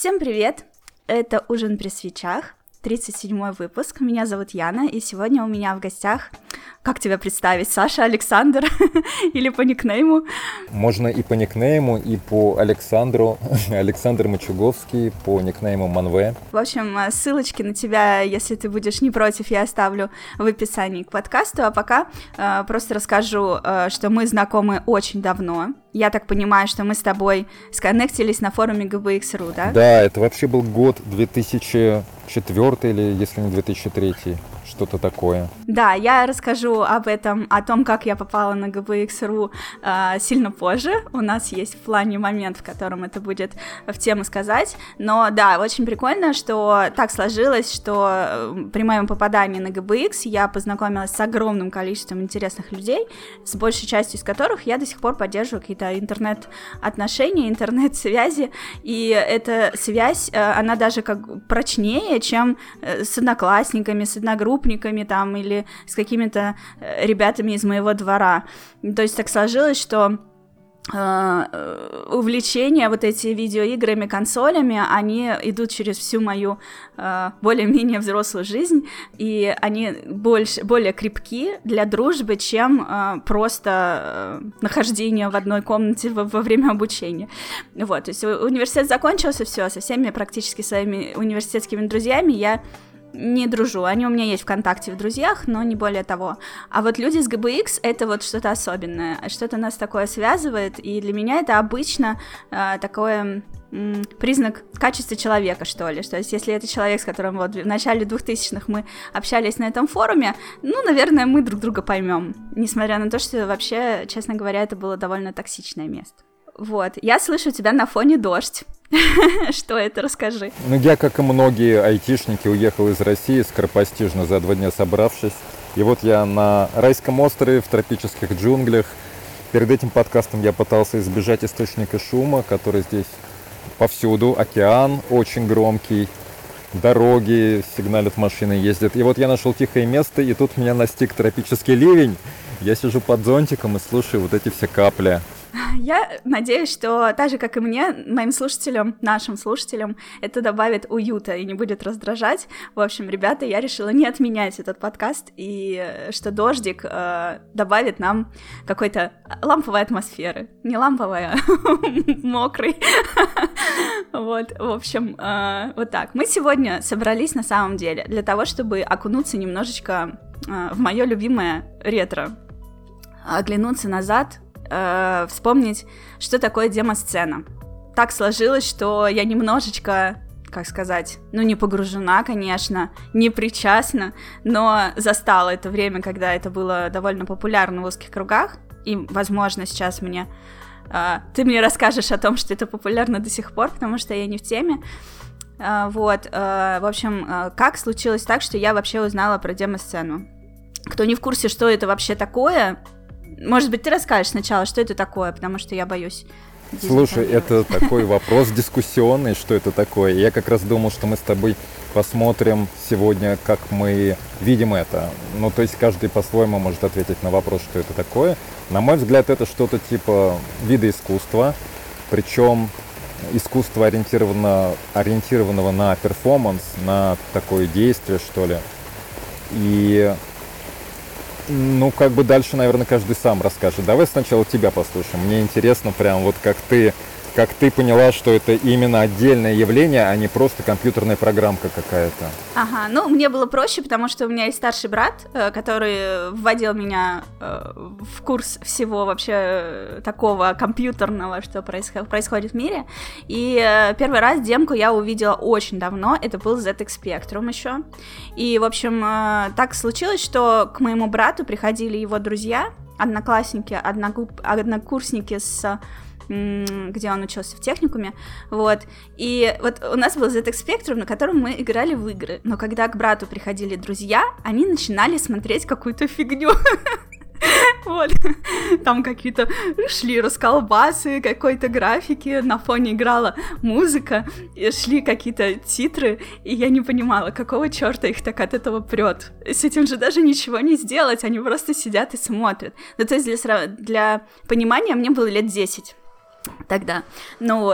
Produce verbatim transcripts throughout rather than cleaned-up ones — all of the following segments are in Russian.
Всем привет! Это «Ужин при свечах», тридцать седьмой выпуск. Меня зовут Яна, и сегодня у меня в гостях... Как тебя представить? Саша, Александр или по никнейму? Можно и по никнейму, и по Александру. Александр Мачуговский, по никнейму Манве. В общем, ссылочки на тебя, если ты будешь не против, я оставлю в описании к подкасту. А пока э, просто расскажу, э, что мы знакомы очень давно. Я так понимаю, что мы с тобой сконнектились на форуме джи би икс точка ру, да? Да, это вообще был год две тысячи четвёртый или, если не две тысячи третий. Что-то такое. Да, я расскажу об этом, о том, как я попала на джи би икс точка ру э, сильно позже. У нас есть в плане момент, в котором это будет в тему сказать. Но да, очень прикольно, что так сложилось, что при моем попадании на джи би икс я познакомилась с огромным количеством интересных людей, с большей частью из которых я до сих пор поддерживаю какие-то интернет-отношения, интернет-связи. И эта связь, она даже как прочнее, чем с одноклассниками, с одногруппниками, там, или с какими-то ребятами из моего двора. То есть так сложилось, что э, увлечения вот эти видеоиграми, консолями, они идут через всю мою э, более-менее взрослую жизнь, и они больше, более крепки для дружбы, чем э, просто э, нахождение в одной комнате во, во время обучения. Вот, то есть университет закончился, все, со всеми практически своими университетскими друзьями я не дружу, они у меня есть ВКонтакте в друзьях, но не более того. А вот люди с джи би икс — это вот что-то особенное, что-то нас такое связывает, и для меня это обычно э, такое м, признак качества человека, что ли. То есть если это человек, с которым вот в начале двухтысячных мы общались на этом форуме, ну, наверное, мы друг друга поймем, несмотря на то, что вообще, честно говоря, это было довольно токсичное место. Вот, я слышу тебя на фоне дождь. Что это? Расскажи. Ну, я, как и многие айтишники, уехал из России скоропостижно, за два дня собравшись. И вот я на райском острове, в тропических джунглях. Перед этим подкастом я пытался избежать источника шума, который здесь повсюду. Океан очень громкий, дороги, сигналят машины, ездят. И вот я нашел тихое место, и тут меня настиг тропический ливень. Я сижу под зонтиком и слушаю вот эти все капли. Я надеюсь, что так же, как и мне, моим слушателям, нашим слушателям, это добавит уюта и не будет раздражать. В общем, ребята, я решила не отменять этот подкаст, и что дождик э, добавит нам какой-то ламповой атмосферы. Не ламповой, а мокрой. Вот, в общем, э, вот так. Мы сегодня собрались на самом деле для того, чтобы окунуться немножечко э, в мое любимое ретро, оглянуться назад, Э, вспомнить, что такое демо-сцена. Так сложилось, что я немножечко, как сказать, ну не погружена, конечно, не причастна, но застала это время, когда это было довольно популярно в узких кругах, и, возможно, сейчас мне э, ты мне расскажешь о том, что это популярно до сих пор, потому что я не в теме. Э, вот, э, в общем, э, как случилось так, что я вообще узнала про демо-сцену? Кто не в курсе, что это вообще такое, может быть, ты расскажешь сначала, что это такое, потому что я боюсь. Слушай, это такой вопрос дискуссионный, что это такое. Я как раз думал, что мы с тобой посмотрим сегодня, как мы видим это. Ну, то есть каждый по-своему может ответить на вопрос, что это такое. На мой взгляд, это что-то типа вида искусства, причем искусство ориентировано, ориентированного на перформанс, на такое действие, что ли. И... Ну, как бы дальше, наверное, каждый сам расскажет. Давай сначала тебя послушаем. Мне интересно прям вот как ты, как ты поняла, что это именно отдельное явление, а не просто компьютерная программка какая-то. Ага, ну, мне было проще, потому что у меня есть старший брат, который вводил меня в курс всего вообще такого компьютерного, что происходит в мире. И первый раз демку я увидела очень давно, это был зет икс Spectrum еще. И, в общем, так случилось, что к моему брату приходили его друзья, одноклассники, однокурсники с... где он учился в техникуме, вот, и вот у нас был зет икс Spectrum, на котором мы играли в игры, но когда к брату приходили друзья, они начинали смотреть какую-то фигню, вот, там какие-то шли расколбасы, какой-то графики, на фоне играла музыка, и шли какие-то титры, и я не понимала, какого черта их так от этого прет. С этим же даже ничего не сделать, они просто сидят и смотрят. Ну, то есть для, для понимания мне было лет десять тогда, ну вот.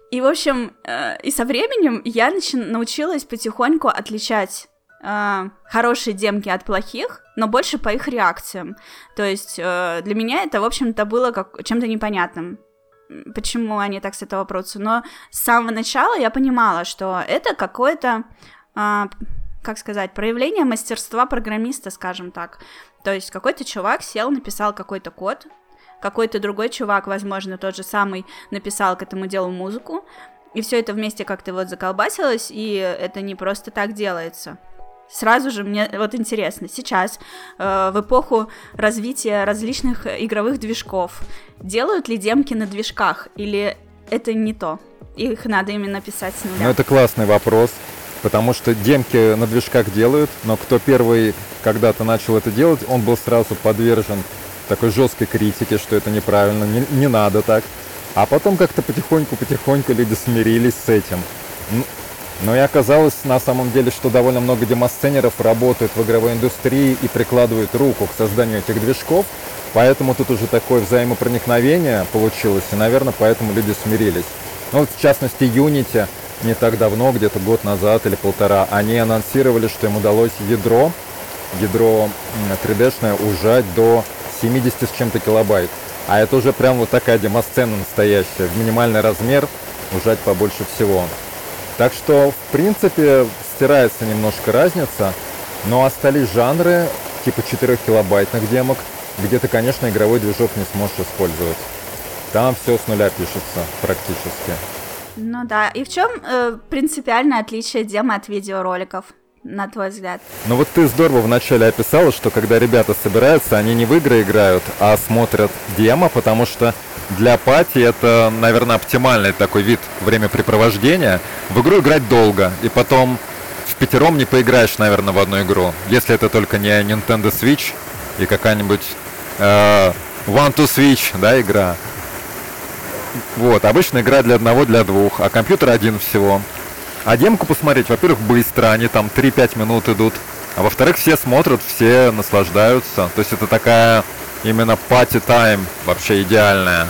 И, в общем, э, и со временем я начи- научилась потихоньку отличать э, хорошие демки от плохих, но больше по их реакциям. То есть э, для меня это, в общем-то, было как чем-то непонятным, почему они так с этого прутся. Но с самого начала я понимала, что это какое-то, э, как сказать, проявление мастерства программиста, скажем так. То есть какой-то чувак сел, написал какой-то код, какой-то другой чувак, возможно, тот же самый, написал к этому делу музыку, и все это вместе как-то вот заколбасилось, и это не просто так делается. Сразу же мне вот интересно, сейчас, э, в эпоху развития различных игровых движков, делают ли демки на движках, или это не то? Их надо именно писать с нуля? Ну, это классный вопрос, потому что демки на движках делают, но кто первый когда-то начал это делать, он был сразу подвержен такой жесткой критике, что это неправильно, не, не надо так. А потом как-то потихоньку-потихоньку люди смирились с этим. Но и оказалось на самом деле, что довольно много демосценеров работают в игровой индустрии и прикладывают руку к созданию этих движков, поэтому тут уже такое взаимопроникновение получилось, и, наверное, поэтому люди смирились. Ну вот, в частности, Unity не так давно, где-то год назад или полтора, они анонсировали, что им удалось ядро, ядро три дэ-шное ужать до семьдесят с чем-то килобайт. А это уже прям вот такая демосцена настоящая. В минимальный размер ужать побольше всего. Так что, в принципе, стирается немножко разница. Но остались жанры типа четырехкилобайтных демок, где ты, конечно, игровой движок не сможешь использовать. Там все с нуля пишется практически. Ну да. И в чем э, принципиальное отличие демо от видеороликов, на твой взгляд? Ну вот ты здорово вначале описала, что когда ребята собираются, они не в игры играют, а смотрят демо, потому что для пати это, наверное, оптимальный такой вид времяпрепровождения. В игру играть долго, и потом впятером не поиграешь, наверное, в одну игру, если это только не Nintendo Switch и какая-нибудь э, One to Switch, да, игра. Вот, обычно игра для одного, для двух, а компьютер один всего. А демку посмотреть, во-первых, быстро, они там три-пять минут идут, а во-вторых, все смотрят, все наслаждаются. То есть это такая именно пати-тайм вообще идеальная.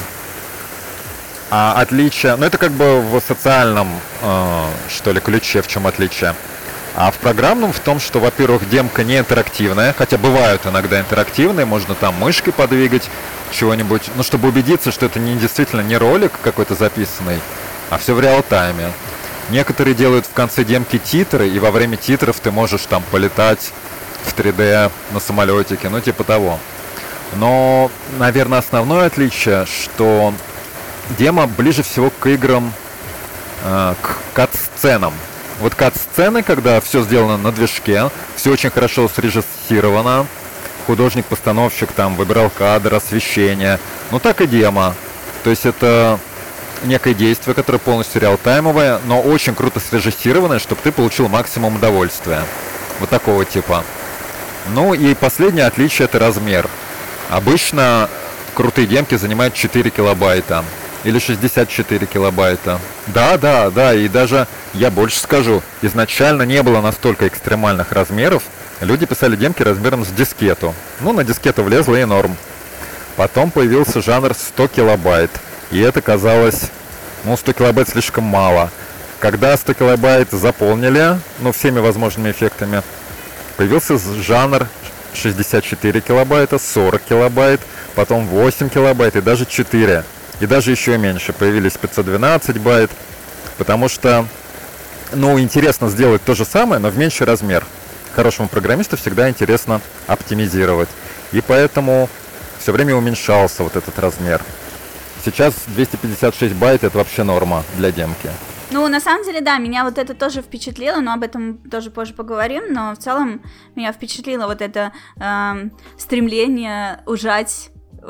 А отличие, ну это как бы в социальном, э, что ли, ключе, в чем отличие. А в программном в том, что, во-первых, демка не интерактивная, хотя бывают иногда интерактивные, можно там мышкой подвигать, чего-нибудь, ну чтобы убедиться, что это не действительно не ролик какой-то записанный, а все в реал-тайме. Некоторые делают в конце демки титры, и во время титров ты можешь там полетать в три дэ на самолетике, ну типа того. Но, наверное, основное отличие, что демо ближе всего к играм, э, к кат-сценам. Вот кат-сцены, когда все сделано на движке, все очень хорошо срежиссировано, художник-постановщик там выбирал кадр, освещение, ну так и демо. То есть это некое действие, которое полностью реалтаймовое, но очень круто срежиссированное, чтобы ты получил максимум удовольствия. Вот такого типа. Ну и последнее отличие — это размер. Обычно крутые демки занимают четыре килобайта или шестьдесят четыре килобайта. Да, да, да, и даже я больше скажу, изначально не было настолько экстремальных размеров. Люди писали демки размером с дискету. Ну, на дискету влезло и норм. Потом появился жанр сто килобайт. И это казалось, ну, сто килобайт слишком мало. Когда сто килобайт заполнили, ну, всеми возможными эффектами, появился жанр шестьдесят четыре килобайта, сорок килобайт, потом восемь килобайт и даже четыре. И даже еще меньше. Появились пятьсот двенадцать байт. Потому что, ну, интересно сделать то же самое, но в меньший размер. Хорошему программисту всегда интересно оптимизировать. И поэтому все время уменьшался вот этот размер. Сейчас двести пятьдесят шесть байт — это вообще норма для демки. Ну, на самом деле, да, меня вот это тоже впечатлило, но об этом тоже позже поговорим, но в целом меня впечатлило вот это э, стремление ужать,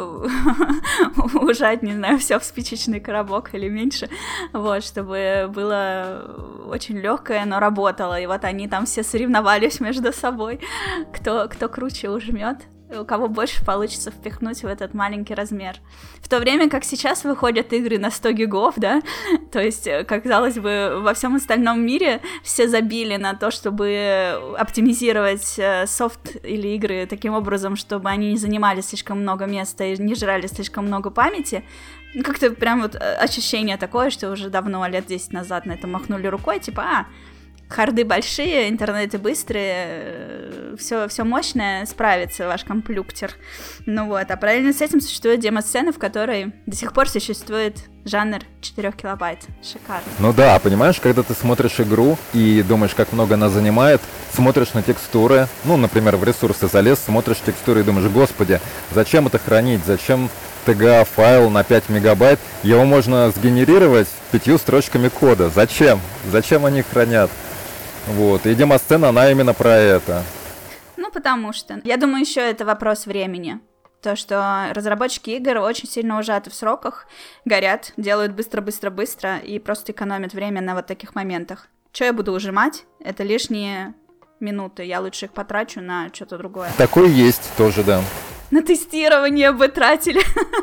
ужать, не знаю, все в спичечный коробок или меньше, вот, чтобы было очень легкое, но работало, и вот они там все соревновались между собой, кто, кто круче ужмет. у кого больше получится впихнуть в этот маленький размер. В то время как сейчас выходят игры на сто гигов, да, то есть, казалось бы, во всем остальном мире все забили на то, чтобы оптимизировать софт или игры таким образом, чтобы они не занимали слишком много места и не жрали слишком много памяти. Как-то прям вот ощущение такое, что уже давно, лет десять назад на это махнули рукой, типа, а, харды большие, интернеты быстрые, все, все мощное, справится ваш компьютер. Ну вот, а параллельно с этим существует демо-сцена, в которой до сих пор существует жанр четыре килобайт. Шикарно. Ну да, понимаешь, когда ты смотришь игру и думаешь, как много она занимает, смотришь на текстуры, ну, например, в ресурсы залез, смотришь текстуры и думаешь, господи, зачем это хранить, зачем ти джи эй файл на пять мегабайт, его можно сгенерировать пятью строчками кода. Зачем? Зачем они хранят? Вот, и демо-сцена, она именно про это. Ну, потому что, я думаю, еще это вопрос времени. То, что разработчики игр очень сильно ужаты в сроках, горят, делают быстро-быстро-быстро и просто экономят время на вот таких моментах. Что я буду ужимать? Это лишние минуты, я лучше их потрачу на что-то другое. Такое есть тоже, да. На тестирование бы тратили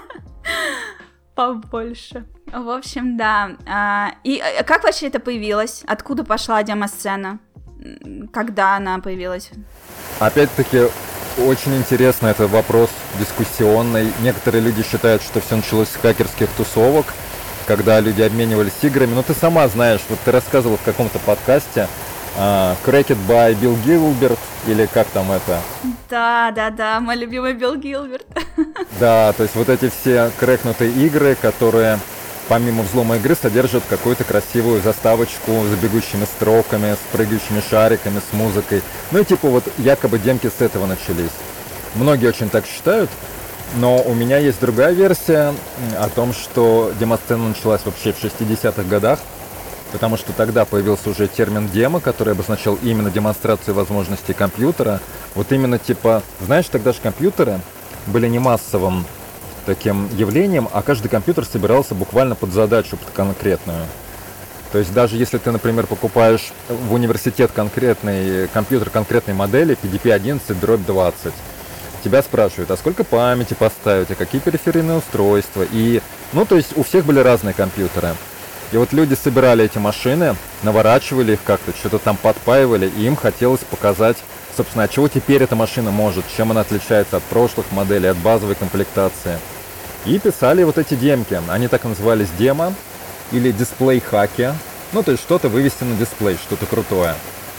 побольше. В общем, да. А, и как вообще это появилось? Откуда пошла демо-сцена? Когда она появилась? Опять-таки, очень интересно, это вопрос дискуссионный. Некоторые люди считают, что все началось с хакерских тусовок, когда люди обменивались играми. Но ты сама знаешь, вот ты рассказывала в каком-то подкасте, Uh, Cracked by Bill Gilbert, или как там это? Да, да, да, мой любимый Билл Гилберт. Да, то есть вот эти все крэкнутые игры, которые помимо взлома игры содержат какую-то красивую заставочку с бегущими строками, с прыгающими шариками, с музыкой. Ну и типа вот якобы демки с этого начались. Многие очень так считают, но у меня есть другая версия о том, что демо-сцена началась вообще в шестидесятых годах. Потому что тогда появился уже термин «демо», который обозначал именно демонстрацию возможностей компьютера. Вот именно типа, знаешь, тогда же компьютеры были не массовым таким явлением, а каждый компьютер собирался буквально под задачу, под конкретную. То есть даже если ты, например, покупаешь в университет конкретный компьютер конкретной модели пи ди пи одиннадцать двадцать, тебя спрашивают, а сколько памяти поставить, а какие периферийные устройства. И, ну, то есть у всех были разные компьютеры. И вот люди собирали эти машины, наворачивали их как-то, что-то там подпаивали, и им хотелось показать, собственно, от чего теперь эта машина может, чем она отличается от прошлых моделей, от базовой комплектации. И писали вот эти демки. Они так назывались демо или дисплей-хаки. Ну, то есть что-то вывести на дисплей, что-то крутое.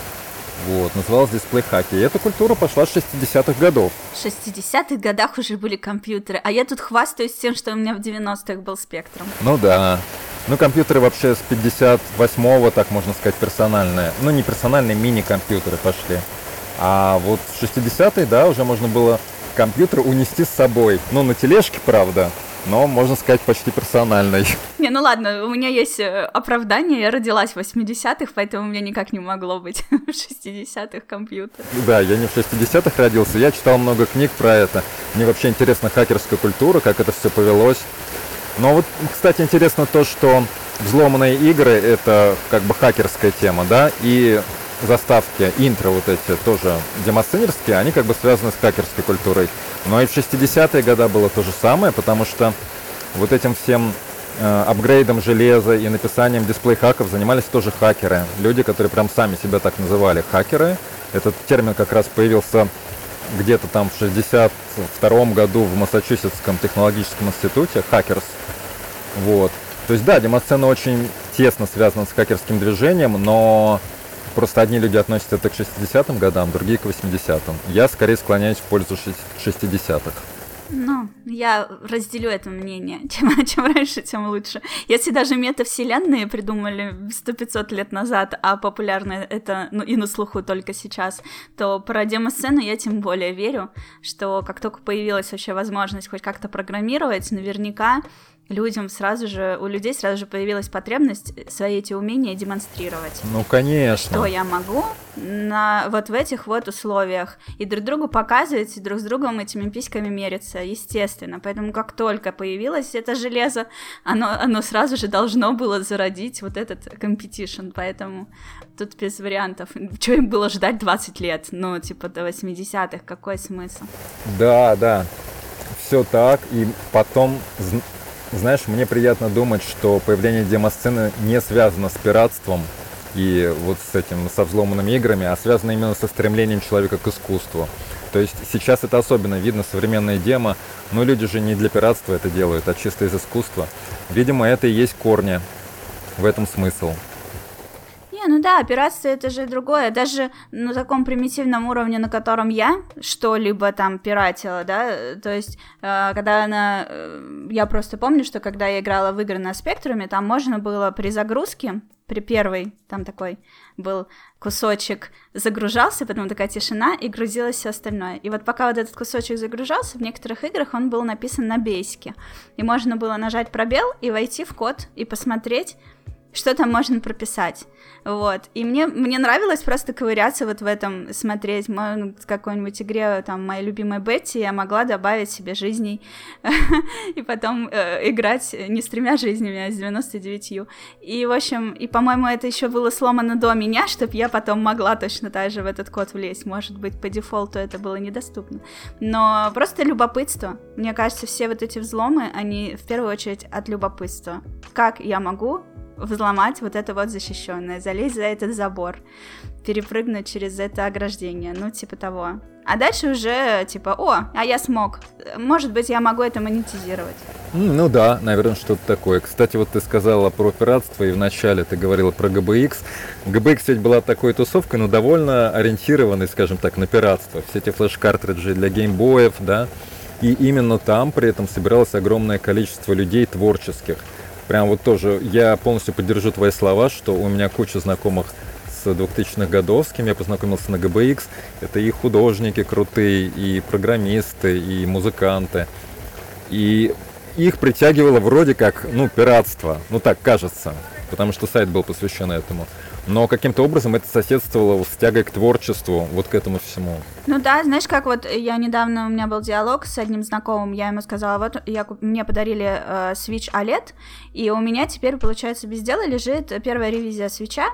Вот, называлось дисплей-хаки. И эта культура пошла с шестидесятых годов. В шестидесятых годах уже были компьютеры, а я тут хвастаюсь тем, что у меня в девяностых был Spectrum. Ну да. Ну, компьютеры вообще с пятьдесят восьмого, так можно сказать, персональные. Ну, не персональные, мини-компьютеры пошли. А вот в шестидесятые, да, уже можно было компьютер унести с собой. Ну, на тележке, правда, но, можно сказать, почти персональный. Не, ну ладно, у меня есть оправдание, я родилась в восьмидесятых, поэтому у меня никак не могло быть в шестидесятых компьютер. Да, я не в шестидесятых родился, я читал много книг про это. Мне вообще интересна хакерская культура, как это все повелось. Но вот, кстати, интересно то, что взломанные игры — это как бы хакерская тема, да, и заставки, интро вот эти тоже демосценерские, они как бы связаны с хакерской культурой. Но и в шестидесятые годы было то же самое, потому что вот этим всем э, апгрейдом железа и написанием дисплей-хаков занимались тоже хакеры. Люди, которые прям сами себя так называли, хакеры. Этот термин как раз появился где-то там в шестьдесят втором году в Массачусетском технологическом институте, хакерс. Вот. То есть, да, демосцена очень тесно связана с хакерским движением, но просто одни люди относят это к шестидесятым годам, другие к восьмидесятым. Я скорее склоняюсь в пользу шестидесятых. Ну, я разделю это мнение. Чем, чем раньше, тем лучше. Если даже метавселенные придумали сто-пятьсот лет назад, а популярно это, ну, и на слуху только сейчас, то про демо-сцену я тем более верю, что как только появилась вообще возможность хоть как-то программировать, наверняка людям сразу же, у людей сразу же появилась потребность свои эти умения демонстрировать. Ну, конечно. Что я могу на, вот в этих вот условиях. И друг другу показывать, и друг с другом этими письками мериться, естественно. Поэтому как только появилось это железо, оно, оно сразу же должно было зародить вот этот компетишн. Поэтому тут без вариантов. Чего им было ждать двадцать лет? Ну, типа до восьмидесятых, какой смысл? Да, да, все так. И потом... Знаешь, мне приятно думать, что появление демосцены не связано с пиратством и вот с этим, со взломанными играми, а связано именно со стремлением человека к искусству. То есть сейчас это особенно видно, современная демо, но люди же не для пиратства это делают, а чисто из искусства. Видимо, это и есть корни, в этом смысл. Не, ну да, пиратство это же другое, даже на таком примитивном уровне, на котором я что-либо там пиратила, да, то есть, э, когда она, э, я просто помню, что когда я играла в игры на Спектруме, там можно было при загрузке, при первой, там такой был кусочек, загружался, потом такая тишина, и грузилось все остальное. И вот пока вот этот кусочек загружался, в некоторых играх он был написан на бейсике, и можно было нажать пробел и войти в код и посмотреть, что там можно прописать, вот, и мне, мне нравилось просто ковыряться вот в этом, смотреть, в какой-нибудь игре, там, моей любимой Бетти, я могла добавить себе жизней, и потом э, играть не с тремя жизнями, а с девяносто девятью, и, в общем, и, по-моему, это еще было сломано до меня, чтобы я потом могла точно так же в этот код влезть, может быть, по дефолту это было недоступно, но просто любопытство, мне кажется, все вот эти взломы, они в первую очередь от любопытства, как я могу взломать вот это вот защищенное, залезть за этот забор, перепрыгнуть через это ограждение, ну, типа того. А дальше уже, типа, о, а я смог, может быть, я могу это монетизировать. Ну да, наверное, что-то такое. Кстати, вот ты сказала про пиратство, и вначале ты говорила про джи би икс. джи би икс ведь была такой тусовкой, но довольно ориентированной, скажем так, на пиратство. Все эти флеш-картриджи для геймбоев, да, и именно там при этом собиралось огромное количество людей творческих. Прям вот тоже, я полностью поддержу твои слова, что у меня куча знакомых с двухтысячных годов, с кем я познакомился на джи би икс. Это и художники крутые, и программисты, и музыканты. И их притягивало вроде как, ну, пиратство. Ну, так кажется, потому что сайт был посвящен этому. Но каким-то образом это соседствовало с тягой к творчеству, вот к этому всему. Ну да, знаешь, как вот я недавно, у меня был диалог с одним знакомым, я ему сказала, вот я, мне подарили э, Switch о лед, и у меня теперь, получается, без дела лежит первая ревизия Switch'а,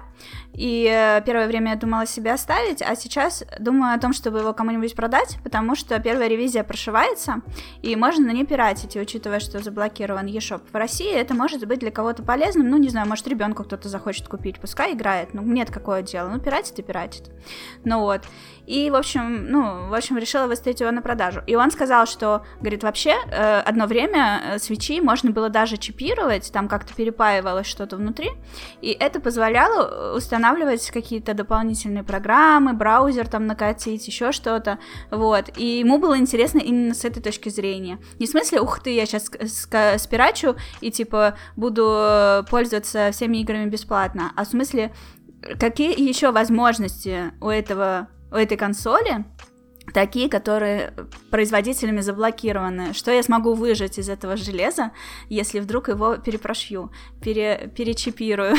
и э, первое время я думала себе оставить, а сейчас думаю о том, чтобы его кому-нибудь продать, потому что первая ревизия прошивается, и можно на ней пиратить, и учитывая, что заблокирован eShop в России, это может быть для кого-то полезным, ну не знаю, может ребенку кто-то захочет купить, пускай играет. Ну, нет, какое дело, ну, пиратит и пиратит. Ну, вот. И, в общем, ну, в общем, решила выставить его на продажу. И он сказал, что, говорит, вообще, э, одно время э, свечи можно было даже чипировать, там как-то перепаивалось что-то внутри, и это позволяло устанавливать какие-то дополнительные программы, браузер там накатить, еще что-то, вот. И ему было интересно именно с этой точки зрения. Не в смысле, ух ты, я сейчас спирачу и, типа, буду пользоваться всеми играми бесплатно, а в смысле, какие еще возможности у этого, у этой консоли, такие, которые производителями заблокированы, что я смогу выжать из этого железа, если вдруг его перепрошью, пере, перечипирую,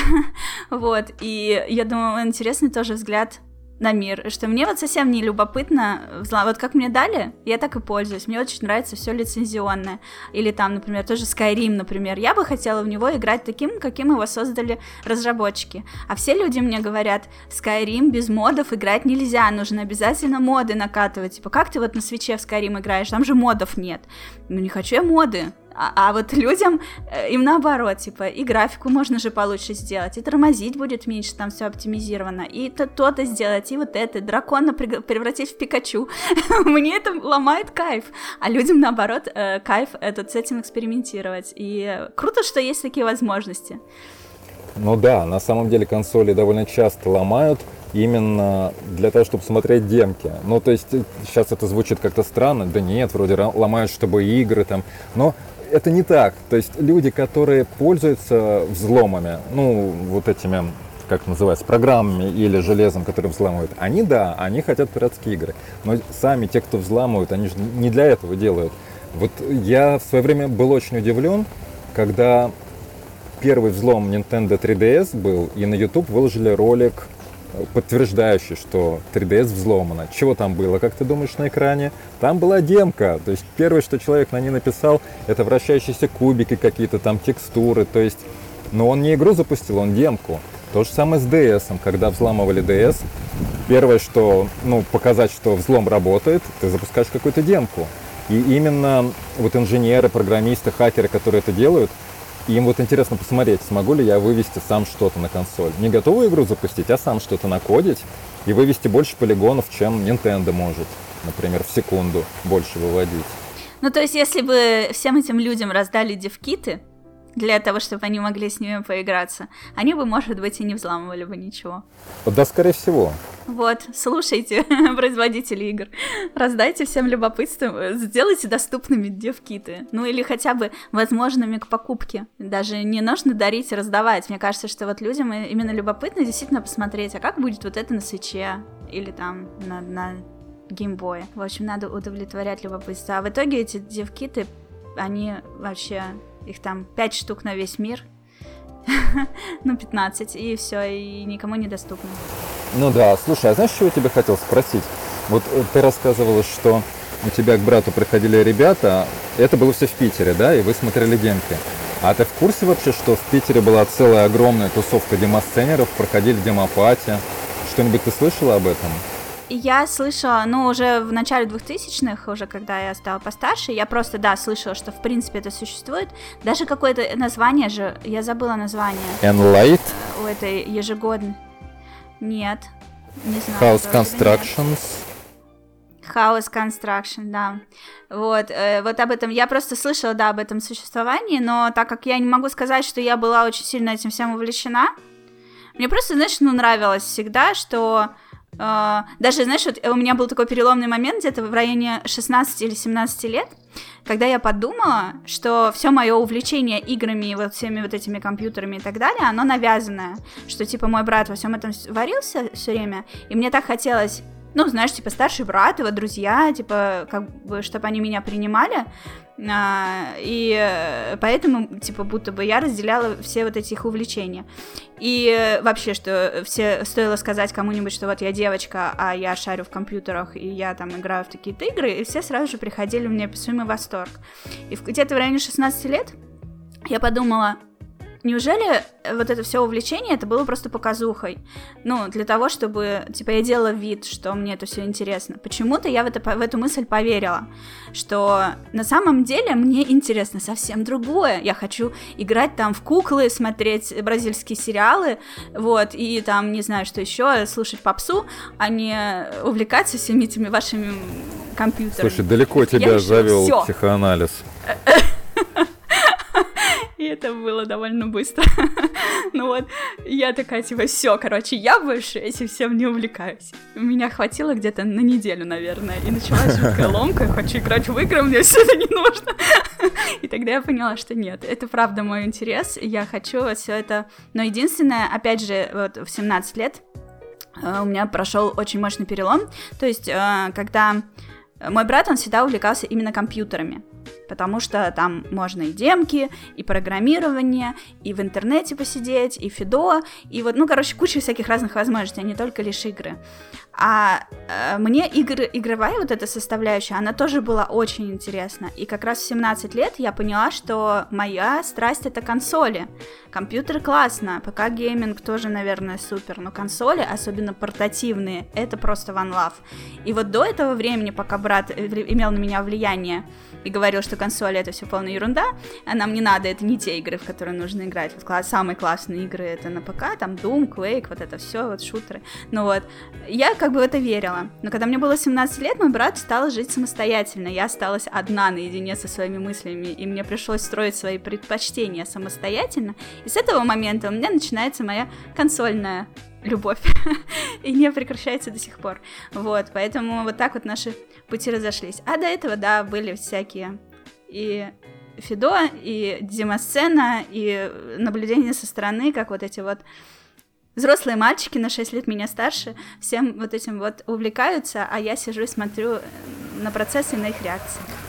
вот, и я думаю, интересный тоже взгляд на мир, что мне вот совсем не любопытно, вот как мне дали, я так и пользуюсь, мне очень нравится все лицензионное, или там, например, тоже Skyrim, например, я бы хотела в него играть таким, каким его создали разработчики, а все люди мне говорят, Skyrim без модов играть нельзя, нужно обязательно моды накатывать, типа, как ты вот на свитче в Skyrim играешь, там же модов нет, ну не хочу я моды. А, а вот людям, им наоборот, типа, и графику можно же получше сделать, и тормозить будет меньше, там все оптимизировано, и то- то-то сделать, и вот это, дракона превратить в Пикачу. Мне это ломает кайф, а людям, наоборот, кайф этот с этим экспериментировать, и круто, что есть такие возможности. Ну да, на самом деле консоли довольно часто ломают именно для того, чтобы смотреть демки. Ну, то есть сейчас это звучит как-то странно, да нет, вроде ломают, чтобы игры там, но это не так. То есть люди, которые пользуются взломами, ну, вот этими, как называется, программами или железом, которые взламывают, они, да, они хотят пиратские игры. Но сами те, кто взламывают, они же не для этого делают. Вот я в свое время был очень удивлен, когда первый взлом Nintendo три ди эс был, и на YouTube выложили ролик, подтверждающий, что три ди эс взломано. Чего там было, как ты думаешь, на экране? Там была демка. То есть первое, что человек на ней написал, это вращающиеся кубики какие-то, там текстуры. То есть, но он не игру запустил, он демку. То же самое с ди эс. Когда взламывали ди эс, первое, что, ну, показать, что взлом работает, ты запускаешь какую-то демку. И именно вот инженеры, программисты, хакеры, которые это делают, им вот интересно посмотреть, смогу ли я вывести сам что-то на консоль. Не готовую игру запустить, а сам что-то накодить и вывести больше полигонов, чем Nintendo может, например, в секунду больше выводить. Ну, то есть, если бы всем этим людям раздали девкиты для того, чтобы они могли с ними поиграться, они бы, может быть, и не взламывали бы ничего. Да, скорее всего. Вот, слушайте, производители игр, раздайте всем любопытством, сделайте доступными девкиты, ну или хотя бы возможными к покупке. Даже не нужно дарить и раздавать. Мне кажется, что вот людям именно любопытно действительно посмотреть, а как будет вот это на свитче или там на, на геймбое. В общем, надо удовлетворять любопытство. А в итоге эти девкиты, они вообще, их там пять штук на весь мир, ну пятнадцать, и все, и никому не доступно. Ну да, слушай, а знаешь, что я тебя хотел спросить? Вот ты рассказывала, что у тебя к брату приходили ребята, это было все в Питере, да, и вы смотрели демки. А ты в курсе вообще, что в Питере была целая огромная тусовка демосценеров, проходили демопати? Что-нибудь ты слышала об этом? Я слышала, ну, уже в начале двухтысячных, уже когда я стала постарше, я просто, да, слышала, что, в принципе, это существует. Даже какое-то название же, я забыла название. Enlight? У этой ежегодной. Нет, не знаю. House Constructions. House Construction, да. Вот, э, вот об этом, я просто слышала, да, об этом существовании, но так как я не могу сказать, что я была очень сильно этим всем увлечена, мне просто, знаешь, ну, нравилось всегда, что... Uh, даже, знаешь, вот у меня был такой переломный момент где-то в районе шестнадцати или семнадцати лет, когда я подумала, что все мое увлечение играми, вот всеми вот этими компьютерами и так далее, оно навязанное, что, типа, мой брат во всем этом варился все время, и мне так хотелось, ну, знаешь, типа, старший брат, его друзья, типа, как бы, чтобы они меня принимали, а, и поэтому, типа, будто бы я разделяла все вот эти их увлечения. И вообще, что все стоило сказать кому-нибудь, что вот я девочка, а я шарю в компьютерах, и я там играю в такие-то игры, и все сразу же приходили в неописуемый восторг. И где-то в районе шестнадцати лет я подумала, неужели вот это все увлечение, это было просто показухой? Ну, для того, чтобы, типа, я делала вид, что мне это все интересно. Почему-то я в, это, в эту мысль поверила, что на самом деле мне интересно совсем другое. Я хочу играть там в куклы, смотреть бразильские сериалы, вот, и там, не знаю, что еще, слушать попсу, а не увлекаться всеми этими вашими компьютерами. Слушай, далеко тебя завел всё. Психоанализ. И это было довольно быстро. Ну вот, я такая, типа, все, короче, я больше этим всем не увлекаюсь. Меня хватило где-то на неделю, наверное, и началась жуткая ломка, я хочу играть в игры, мне все это не нужно. И тогда я поняла, что нет, это правда мой интерес, я хочу вот все это... Но единственное, опять же, вот в семнадцать лет у меня прошел очень мощный перелом, то есть, когда... Мой брат, он всегда увлекался именно компьютерами, потому что там можно и демки, и программирование, и в интернете посидеть, и Фидо, и вот, ну, короче, куча всяких разных возможностей, а не только лишь игры. А э, мне игры, игровая вот эта составляющая, она тоже была очень интересна. И как раз в семнадцать лет я поняла, что моя страсть — это консоли. Компьютеры классно, ПК-гейминг тоже, наверное, супер, но консоли, особенно портативные, это просто one love. И вот до этого времени, пока брат имел на меня влияние и говорил, что консоли — это все полная ерунда, а нам не надо, это не те игры, в которые нужно играть. Вот класс, самые классные игры — это на ПК, там Doom, Quake, вот это все, вот шутеры. Ну вот, я как бы в это верила. Но когда мне было семнадцать лет, мой брат стал жить самостоятельно. Я осталась одна наедине со своими мыслями, и мне пришлось строить свои предпочтения самостоятельно. И с этого момента у меня начинается моя консольная любовь. И не прекращается до сих пор. Вот, поэтому вот так вот наши пути разошлись. А до этого, да, были всякие и Фидо, и демосцена, и наблюдение со стороны, как вот эти вот взрослые мальчики на шесть лет меня старше всем вот этим вот увлекаются, а я сижу и смотрю на процессы и на их реакции.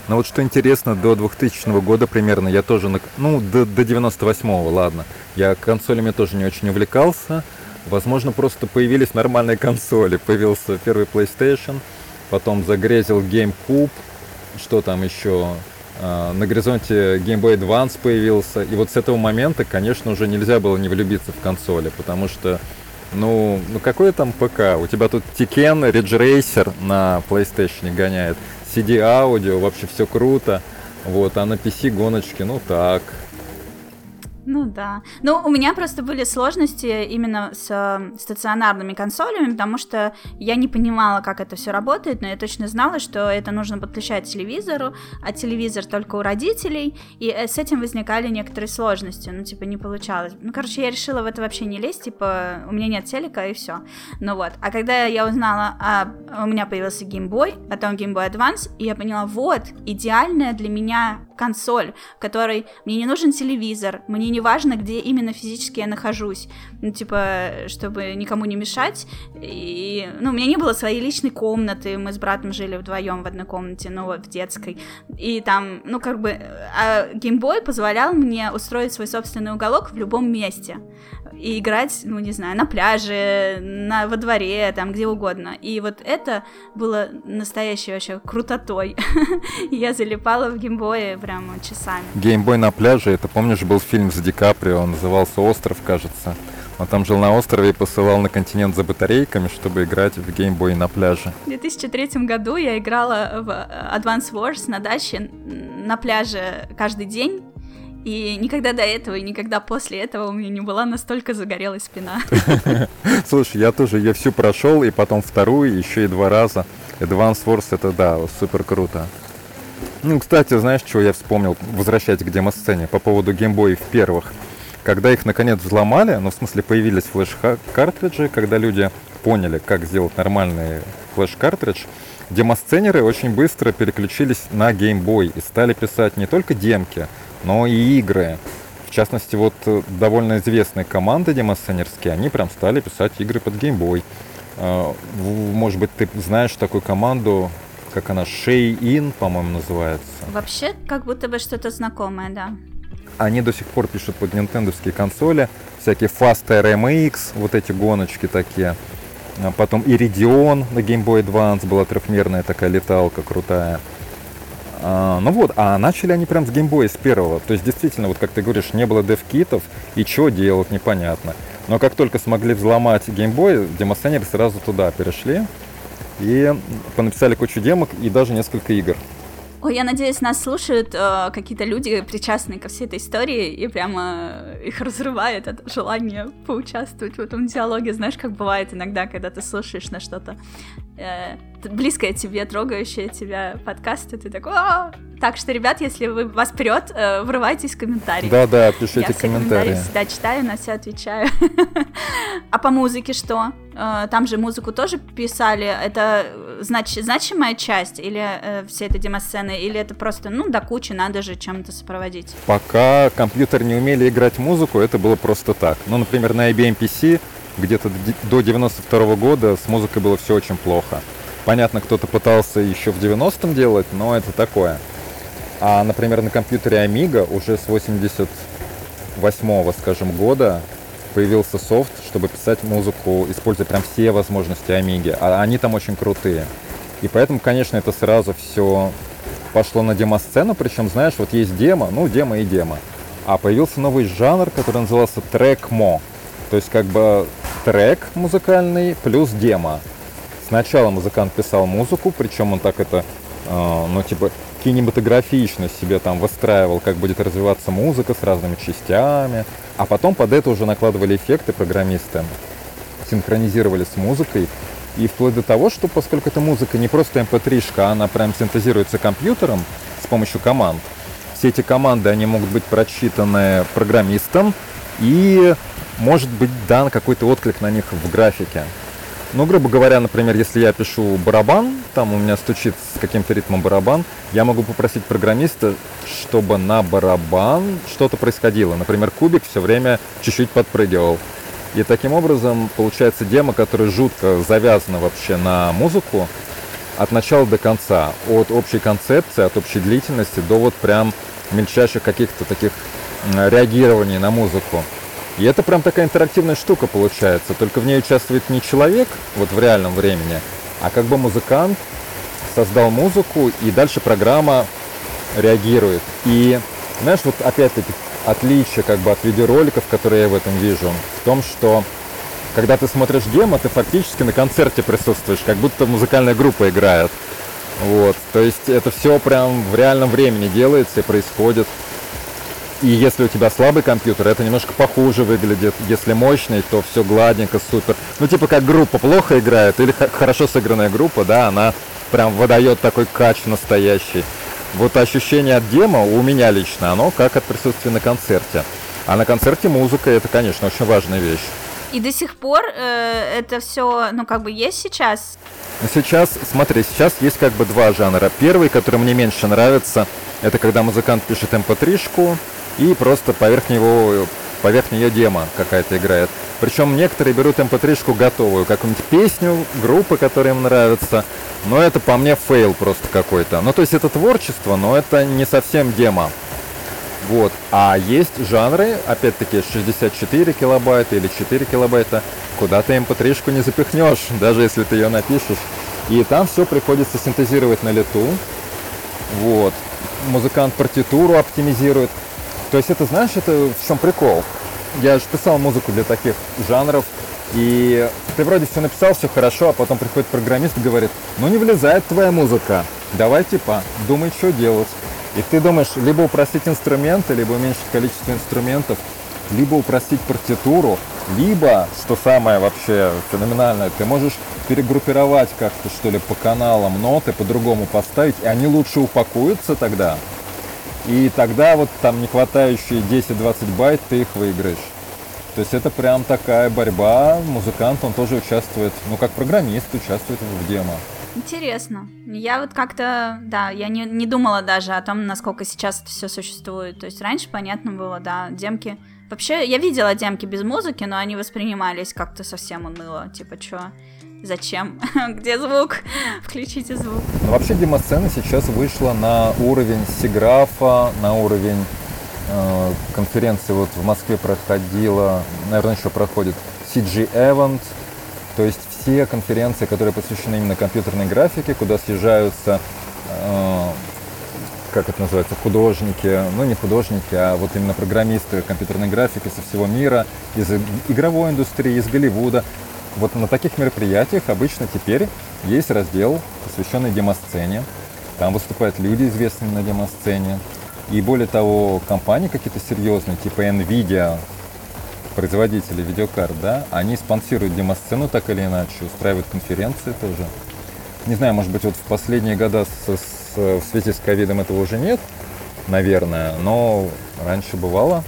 Но вот что интересно, до двухтысячного года примерно я тоже, на, ну, до, до девяносто восьмого, ладно, я консолями тоже не очень увлекался. Возможно, просто появились нормальные консоли. Появился первый PlayStation, потом загрезил GameCube, что там еще, на горизонте Game Boy Advance появился. И вот с этого момента, конечно, уже нельзя было не влюбиться в консоли, потому что, ну, ну какой там ПК? У тебя тут Tekken, Ridge Racer на PlayStation гоняет, си ди-аудио, вообще все круто. Вот, а на пи си гоночки, ну так. Ну да. Ну, у меня просто были сложности именно с э, стационарными консолями, потому что я не понимала, как это все работает, но я точно знала, что это нужно подключать к телевизору, а телевизор только у родителей, и э, с этим возникали некоторые сложности, ну, типа, не получалось. Ну, короче, я решила в это вообще не лезть, типа, у меня нет телека, и все. Ну вот. А когда я узнала, а, у меня появился Game Boy, потом Game Boy Advance, и я поняла, вот, идеальная для меня консоль, в которой мне не нужен телевизор, мне не важно, где именно физически я нахожусь, ну, типа, чтобы никому не мешать, и, ну, у меня не было своей личной комнаты, мы с братом жили вдвоем в одной комнате, ну, вот, в детской, и там, ну, как бы, а Game Boy позволял мне устроить свой собственный уголок в любом месте, и играть, ну, не знаю, на пляже, на, во дворе, там, где угодно, и вот это было настоящей вообще крутотой, я залипала в Game Boy прямо часами. Game Boy на пляже, это, помнишь, был фильм с Ди Каприо, он назывался «Остров», кажется. Он там жил на острове и посылал на континент за батарейками, чтобы играть в Game Boy на пляже. В две тысячи третьем году я играла в Advance Wars на даче на пляже каждый день. И никогда до этого, и никогда после этого у меня не была настолько загорелая спина. Слушай, я тоже ее всю прошел, и потом вторую, еще и два раза. Advance Wars, это да, супер круто. Ну, кстати, знаешь, чего я вспомнил, возвращаясь к демо-сцене, по поводу Game Boy в первых. Когда их, наконец, взломали, ну, в смысле, появились флеш-картриджи, когда люди поняли, как сделать нормальный флеш-картридж, демосценеры очень быстро переключились на Game Boy и стали писать не только демки, но и игры. В частности, вот довольно известные команды демосценерские, они прям стали писать игры под Game Boy. Может быть, ты знаешь такую команду, как она, Shay-In, по-моему, называется. Вообще, как будто бы что-то знакомое, да. Они до сих пор пишут под нинтендовские консоли, всякие Fast эр эм икс, вот эти гоночки такие. А потом Iridion на Game Boy Advance была трехмерная такая леталка крутая. А, ну вот, а начали они прям с Game Boy, с первого. То есть, действительно, вот как ты говоришь, не было дев-китов, и что делать, непонятно. Но как только смогли взломать Game Boy, демосценеры сразу туда перешли. И понаписали кучу демок и даже несколько игр. Ой, я надеюсь, нас слушают э, какие-то люди, причастные ко всей этой истории, и прямо их разрывает это желание поучаствовать в этом диалоге. Знаешь, как бывает иногда, когда ты слушаешь на что-то э, близкое тебе, трогающее тебя подкаст, и ты такой: а-а-а! Так что, ребят, если вы, вас прет, э, врывайтесь в комментарии. Да-да, пишите я комментарии. Я все комментарии всегда читаю, на все отвечаю. А по музыке что? Там же музыку тоже писали. Это знач- значимая часть? Или э, все это демосцены? Или это просто, ну, до кучи, надо же чем-то сопроводить? Пока компьютеры не умели играть музыку, это было просто так. Ну, например, на ай би эм пи си где-то до девяносто второго года с музыкой было все очень плохо. Понятно, кто-то пытался еще в девяностом делать, но это такое. А, например, на компьютере Amiga уже с восемьдесят восьмого, скажем, года появился софт, чтобы писать музыку, используя прям все возможности Amiga. А они там очень крутые. И поэтому, конечно, это сразу все пошло на демо-сцену. Причем, знаешь, вот есть демо, ну, демо и демо. А появился новый жанр, который назывался трек-мо. То есть как бы трек музыкальный плюс демо. Сначала музыкант писал музыку, причем он так это, э, ну, типа, кинематографично себе там выстраивал, как будет развиваться музыка с разными частями. А потом под это уже накладывали эффекты программисты, синхронизировали с музыкой. И вплоть до того, что поскольку эта музыка не просто эм пэ три-шка, она прям синтезируется компьютером с помощью команд. Все эти команды, они могут быть прочитаны программистом, и может быть дан какой-то отклик на них в графике. Ну, грубо говоря, например, если я пишу барабан, там у меня стучит с каким-то ритмом барабан, я могу попросить программиста, чтобы на барабан что-то происходило. Например, кубик все время чуть-чуть подпрыгивал. И таким образом получается демо, которое жутко завязано вообще на музыку, от начала до конца, от общей концепции, от общей длительности до вот прям мельчайших каких-то таких реагирований на музыку. И это прям такая интерактивная штука получается, только в ней участвует не человек вот в реальном времени, а как бы музыкант создал музыку, и дальше программа реагирует. И знаешь, вот опять-таки отличие как бы от видеороликов, которые я в этом вижу, в том, что когда ты смотришь демо, ты фактически на концерте присутствуешь, как будто музыкальная группа играет. Вот, то есть это все прям в реальном времени делается и происходит. И если у тебя слабый компьютер, это немножко похуже выглядит. Если мощный, то все гладненько, супер. Ну, типа как группа плохо играет или хорошо сыгранная группа, да, она прям выдает такой кач настоящий. Вот ощущение от демо у меня лично, оно как от присутствия на концерте. А на концерте музыка — это, конечно, очень важная вещь. И до сих пор э, это все, ну, как бы есть сейчас? Сейчас, смотри, сейчас есть как бы два жанра. Первый, который мне меньше нравится, это когда музыкант пишет эм пэ три-шку и просто поверх него, поверх нее демо какая-то играет. Причем некоторые берут эм пэ три-шку готовую, какую-нибудь песню, группы, которые им нравятся. Но это по мне фейл просто какой-то. Ну, то есть это творчество, но это не совсем демо. Вот. А есть жанры, опять-таки, шестьдесят четыре килобайта или четыре килобайта, куда ты эм пэ три-шку не запихнешь, даже если ты ее напишешь. И там все приходится синтезировать на лету. Вот. Музыкант партитуру оптимизирует. То есть это, знаешь, это в чем прикол? Я же писал музыку для таких жанров, и ты вроде все написал, все хорошо, а потом приходит программист и говорит: ну не влезает твоя музыка, давай типа думай, что делать. И ты думаешь, либо упростить инструменты, либо уменьшить количество инструментов, либо упростить партитуру, либо, что самое вообще феноменальное, ты можешь перегруппировать как-то, что ли, по каналам ноты, по-другому поставить, и они лучше упакуются тогда. И тогда вот там не хватающие десять-двадцать байт ты их выиграешь. То есть это прям такая борьба, музыкант, он тоже участвует, ну как программист участвует в демо. Интересно. Я вот как-то, да, я не, не думала даже о том, насколько сейчас это все существует. То есть раньше понятно было, да, демки. Вообще, я видела демки без музыки, но они воспринимались как-то совсем уныло. Типа, чё? Зачем? Где звук? Включите звук. Ну, вообще демо-сцена сейчас вышла на уровень Сиграфа, на уровень э, конференции. Вот в Москве проходила, наверное, еще проходит си джи Event. То есть все конференции, которые посвящены именно компьютерной графике, куда съезжаются, э, как это называется, художники, ну не художники, а вот именно программисты компьютерной графики со всего мира, из игровой индустрии, из Голливуда. Вот на таких мероприятиях обычно теперь есть раздел, посвященный демосцене. Там выступают люди, известные на демосцене. И более того, компании какие-то серьезные, типа NVIDIA, производители видеокарт, да, они спонсируют демосцену так или иначе, устраивают конференции тоже. Не знаю, может быть, вот в последние года с, с, в связи с ковидом этого уже нет, наверное, но раньше бывало.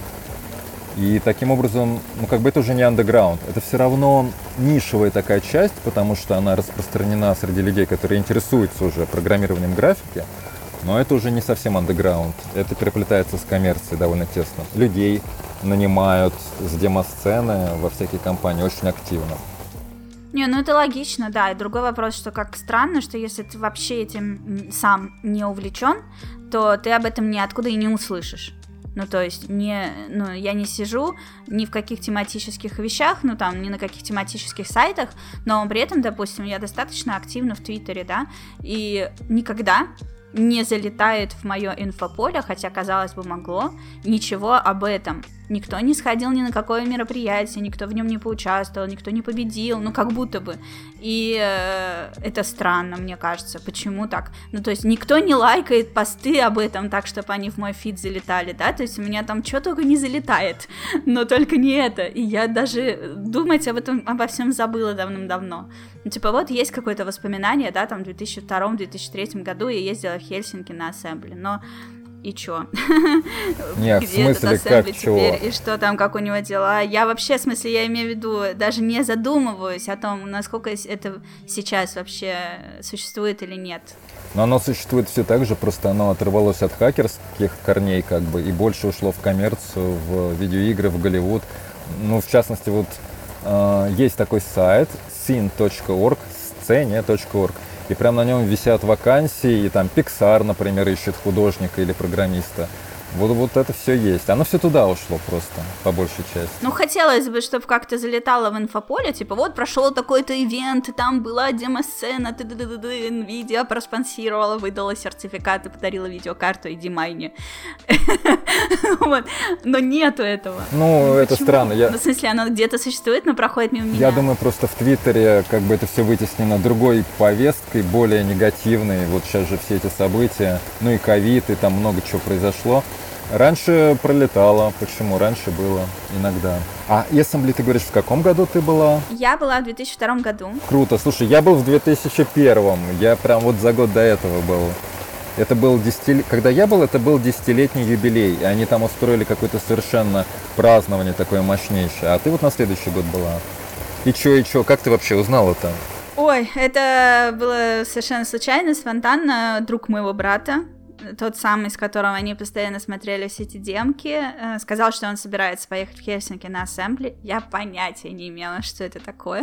И таким образом, ну как бы это уже не андеграунд, это все равно нишевая такая часть, потому что она распространена среди людей, которые интересуются уже программированием графики, но это уже не совсем андеграунд, это переплетается с коммерцией довольно тесно. Людей нанимают с демосцены во всякие компании очень активно. Не, ну это логично, да. И другой вопрос, что как странно, что если ты вообще этим сам не увлечен, то ты об этом ниоткуда и не услышишь. Ну, то есть, не, ну, я не сижу ни в каких тематических вещах, ну, там, ни на каких тематических сайтах, но при этом, допустим, я достаточно активна в Твиттере, да, и никогда не залетает в мое инфополе, хотя, казалось бы, могло, ничего об этом. Никто не сходил ни на какое мероприятие, никто в нем не поучаствовал, никто не победил, ну, как будто бы. И э, это странно, мне кажется, почему так? Ну, то есть никто не лайкает посты об этом так, чтобы они в мой фид залетали, да? То есть у меня там что только не залетает, но только не это. И я даже думать об этом, обо всем забыла давным-давно. Ну, типа, вот есть какое-то воспоминание, да, там в две тысячи втором - две тысячи третьем году я ездила в Хельсинки на ассембли, но и чё? Нет, в смысле, как чего? И что там, как у него дела? Я вообще, в смысле, я имею в виду, даже не задумываюсь о том, насколько это сейчас вообще существует или нет. Но оно существует все так же, просто оно оторвалось от хакерских корней, как бы, и больше ушло в коммерцию, в видеоигры, в Голливуд. Ну, в частности, вот э, есть такой сайт син точка орг, сцене точка орг, и прям на нем висят вакансии, и там Pixar, например, ищет художника или программиста. Вот, вот это все есть. Оно все туда ушло просто, по большей части. Ну, хотелось бы, чтобы как-то залетало в инфополе, типа, вот прошел такой-то ивент, и там была демо-сцена, ты ды ды ды ды NVIDIA проспонсировала, выдала сертификат и подарила видеокарту, иди майни. Но нету этого. Ну, это странно. Ну, в смысле, оно где-то существует, но проходит мимо меня. Я думаю, просто в Твиттере как бы это все вытеснено другой повесткой, более негативной. Вот сейчас же все эти события, ну и ковид, и там много чего произошло. Раньше пролетало. Почему? Раньше было иногда. А Assembly, ты говоришь, в каком году ты была? Я была в две тысячи втором году. Круто. Слушай, я был в две тысячи первом. Я прям вот за год до этого был. Это был десятилетний... Когда я был, это был десятилетний юбилей. И они там устроили какое-то совершенно празднование такое мощнейшее. А ты вот на следующий год была. И чё, и чё? Как ты вообще узнала-то? Ой, это было совершенно случайно, спонтанно. Друг моего брата, тот самый, с которым они постоянно смотрели все эти демки, сказал, что он собирается поехать в Хельсинки на Assembly. Я понятия не имела, что это такое.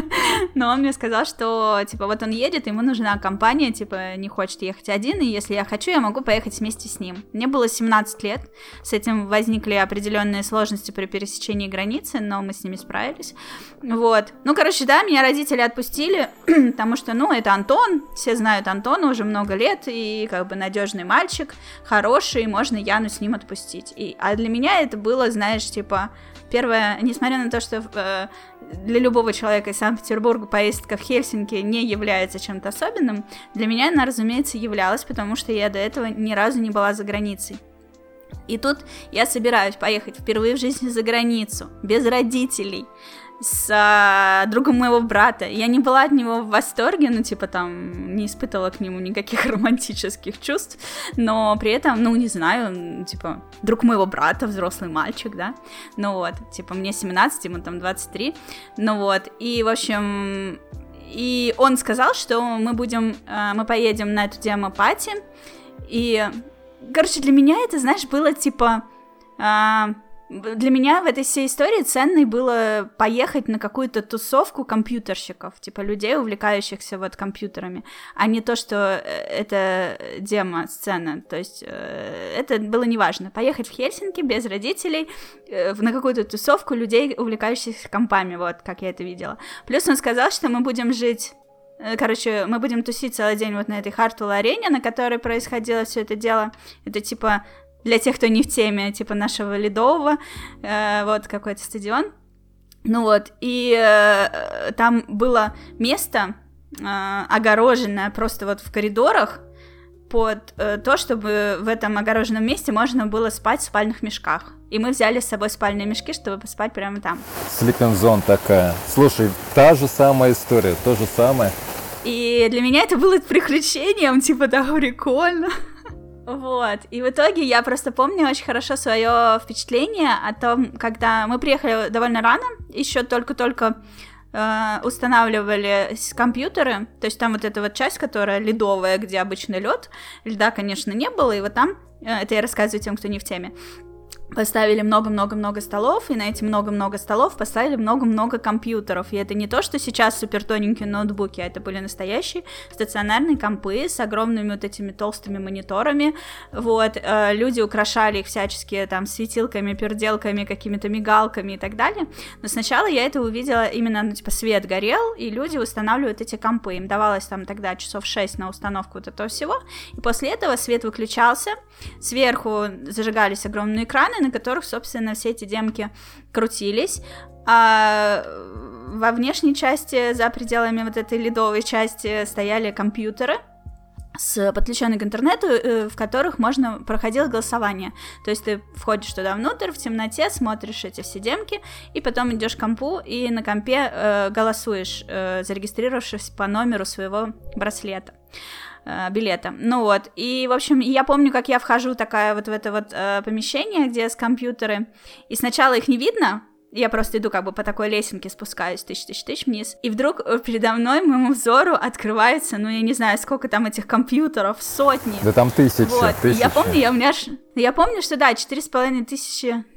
Но он мне сказал, что, типа, вот он едет, ему нужна компания, типа, не хочет ехать один, и если я хочу, я могу поехать вместе с ним. Мне было семнадцать лет, с этим возникли определенные сложности при пересечении границы, но мы с ними справились. Вот. Ну, короче, да, меня родители отпустили, потому что, ну, это Антон, все знают Антона уже много лет, и, как бы, надежный мальчик, хороший, можно Яну с ним отпустить. И, а для меня это было, знаешь, типа, первое, несмотря на то, что э, для любого человека из Санкт-Петербурга поездка в Хельсинки не является чем-то особенным, для меня она, разумеется, являлась, потому что я до этого ни разу не была за границей. И тут я собираюсь поехать впервые в жизни за границу, без родителей, с а, другом моего брата. Я не была от него в восторге, ну, типа, там, не испытывала к нему никаких романтических чувств, но при этом, ну, не знаю, типа, друг моего брата, взрослый мальчик, да, ну вот, типа, мне семнадцать, ему там двадцать три, ну вот, и, в общем, и он сказал, что мы будем, мы поедем на эту демо-пати, и, короче, для меня это, знаешь, было, типа... Для меня в этой всей истории ценной было поехать на какую-то тусовку компьютерщиков, типа людей, увлекающихся вот компьютерами, а не то, что это демо-сцена, то есть это было неважно. Поехать в Хельсинки без родителей на какую-то тусовку людей, увлекающихся компами, вот как я это видела. Плюс он сказал, что мы будем жить... Короче, мы будем тусить целый день вот на этой Хартвелл-арене, на которой происходило все это дело. Это типа... Для тех, кто не в теме, типа нашего ледового, э, вот какой-то стадион. Ну вот, и э, там было место, э, огороженное просто вот в коридорах, под э, то, чтобы в этом огороженном месте можно было спать в спальных мешках. И мы взяли с собой спальные мешки, чтобы поспать прямо там. Sleeping zone такая. Слушай, та же самая история, то же самое. И для меня это было приключением, типа, да, прикольно. Вот, и в итоге я просто помню очень хорошо свое впечатление о том, когда мы приехали довольно рано, еще только-только э, устанавливали компьютеры, то есть там вот эта вот часть, которая ледовая, где обычный лед, льда, конечно, не было, и вот там, э, это я рассказываю тем, кто не в теме, поставили много-много-много столов, и на эти много-много столов поставили много-много компьютеров. И это не то, что сейчас супер тоненькие ноутбуки, а это были настоящие стационарные компы с огромными вот этими толстыми мониторами. Вот, э, люди украшали их всячески там светилками, перделками, какими-то мигалками и так далее. Но сначала я это увидела именно, ну, типа, свет горел, и люди устанавливают эти компы. Им давалось там тогда часов шесть на установку вот этого всего, и после этого свет выключался, сверху зажигались огромные экраны, на которых, собственно, все эти демки крутились, а во внешней части, за пределами вот этой ледовой части, стояли компьютеры с подключенные к интернету, в которых можно проходило голосование. То есть ты входишь туда внутрь, в темноте, смотришь эти все демки, и потом идешь к компу, и на компе э, голосуешь, э, зарегистрировавшись по номеру своего браслета. билета. Ну вот, и, в общем, я помню, как я вхожу такая вот в это вот э, помещение, где с компьютеры, и сначала их не видно, я просто иду как бы по такой лесенке, спускаюсь тысяч-тысяч-тысяч вниз, и вдруг передо мной, моему взору, открывается, ну, я не знаю, сколько там этих компьютеров, сотни. Да там тысячи, вот. тысячи. Я помню, я, у меня, я помню, что да, четыре с половиной тысячи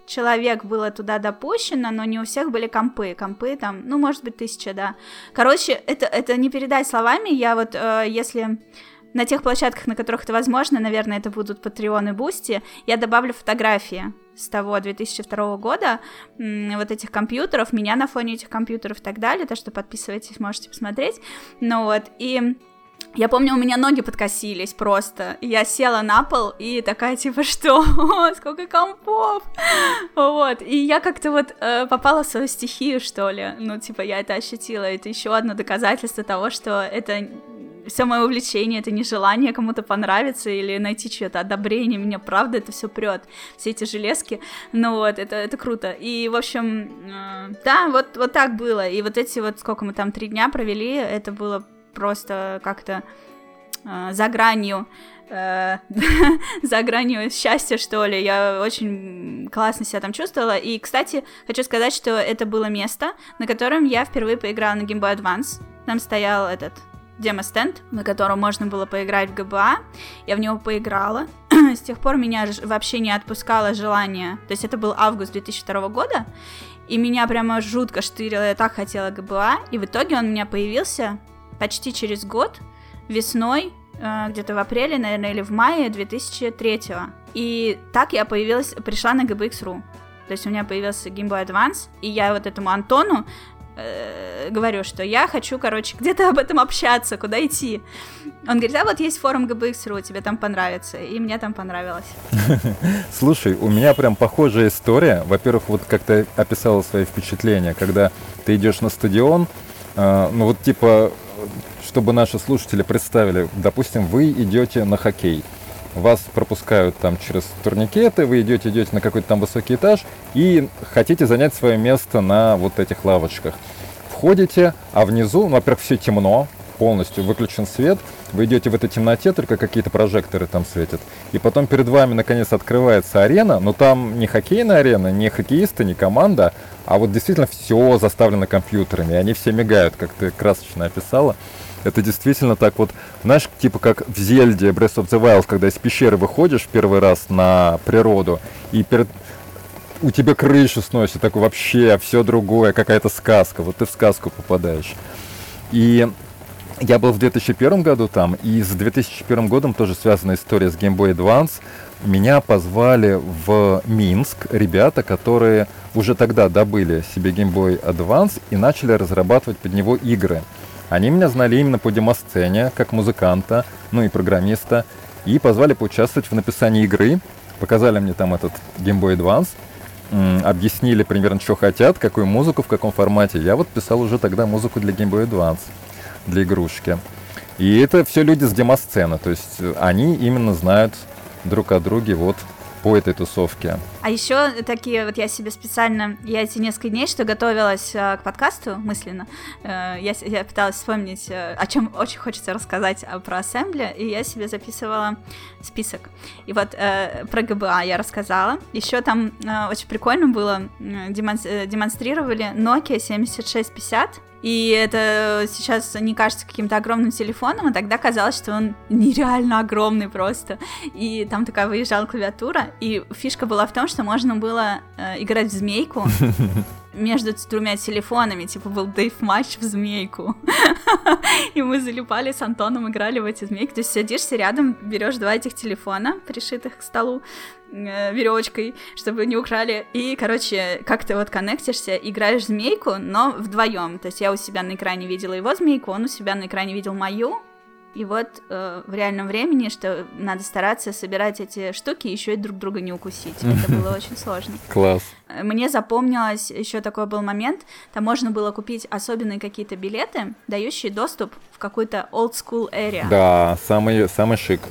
человек было туда допущено, но не у всех были компы. Компы там, ну, может быть, тысяча, да. Короче, это, это не передать словами. Я вот, э, если на тех площадках, на которых это возможно, наверное, это будут Patreon и Boosty, я добавлю фотографии с того две тысячи второго года, м- вот этих компьютеров, меня на фоне этих компьютеров и так далее, так что подписывайтесь, можете посмотреть. Ну вот, и... Я помню, у меня ноги подкосились просто. Я села на пол и такая, типа, что? О, сколько компов! Вот. И я как-то вот э, попала в свою стихию, что ли. Ну, типа, я это ощутила. Это еще одно доказательство того, что это все мое увлечение, это не желание кому-то понравиться или найти чье-то одобрение. Меня, правда, это все прет. Все эти железки. Ну вот, это, это круто. И, в общем, э, да, вот, вот так было. И вот эти вот, сколько мы там, три дня провели, это было просто как-то э, за гранью, э, за гранью счастья, что ли. Я очень классно себя там чувствовала. И, кстати, хочу сказать, что это было место, на котором я впервые поиграла на Game Boy Advance. Там стоял этот демо-стенд, на котором можно было поиграть в джи би эй. Я в него поиграла. С тех пор меня вообще не отпускало желание. То есть это был август две тысячи второго года, и меня прямо жутко штырило. Я так хотела джи би эй. И в итоге он у меня появился почти через год, весной, э, где-то в апреле, наверное, или в мае две тысячи третьего. И так я появилась, пришла на джи би икс точка ру. То есть у меня появился Game Boy Advance, и я вот этому Антону э, говорю, что я хочу, короче, где-то об этом общаться, куда идти. Он говорит, а вот есть форум джи би икс точка ру, тебе там понравится. И мне там понравилось. Слушай, у меня прям похожая история. Во-первых, вот как ты описала свои впечатления, когда ты идешь на стадион, э, ну вот типа... Чтобы наши слушатели представили, допустим, вы идете на хоккей, вас пропускают там через турникеты, вы идете, идете на какой-то там высокий этаж и хотите занять свое место на вот этих лавочках. Входите, а внизу, ну, во-первых, все темно, полностью выключен свет, вы идете в этой темноте, только какие-то прожекторы там светят, и потом перед вами наконец открывается арена, но там не хоккейная арена, не хоккеисты, не команда, а вот действительно все заставлено компьютерами, и они все мигают, как ты красочно описала. Это действительно так вот, знаешь, типа как в Зельде Breath of the Wild, когда из пещеры выходишь в первый раз на природу, и перед... у тебя крышу сносит, такое вообще все другое, какая-то сказка, вот ты в сказку попадаешь. И я был в две тысячи первом году там, и с две тысячи первым годом тоже связана история с Game Boy Advance. Меня позвали в Минск ребята, которые уже тогда добыли себе Game Boy Advance и начали разрабатывать под него игры. Они меня знали именно по демосцене, как музыканта, ну и программиста, и позвали поучаствовать в написании игры. Показали мне там этот Game Boy Advance, м- объяснили примерно, что хотят, какую музыку, в каком формате. Я вот писал уже тогда музыку для Game Boy Advance, для игрушки. И это все люди с демосцены, то есть они именно знают друг о друге вот по этой тусовке. А еще такие вот я себе специально, я эти несколько дней, что готовилась э, к подкасту мысленно, э, я, я пыталась вспомнить, э, о чем очень хочется рассказать э, про ассембли, и я себе записывала список. И вот э, про джи би эй я рассказала. Еще там э, очень прикольно было, э, демон, э, демонстрировали Nokia семьдесят шесть пятьдесят. И это сейчас не кажется каким-то огромным телефоном, а тогда казалось, что он нереально огромный просто. И там такая выезжала клавиатура, и фишка была в том, что можно было э, играть в змейку между двумя телефонами, типа был дейв-матч в змейку. И мы залипали с Антоном, играли в эти змейки. То есть садишься рядом, берешь два этих телефона, пришитых к столу, веревочкой, чтобы не украли, и, короче, как ты вот коннектишься, играешь в змейку, но вдвоем. То есть я у себя на экране видела его змейку, он у себя на экране видел мою, и вот э, в реальном времени, что надо стараться собирать эти штуки и еще и друг друга не укусить. Это было очень сложно. Класс. Мне запомнилось, еще такой был момент, там можно было купить особенные какие-то билеты, дающие доступ в какой-то old school area. Да, самый, самый шик.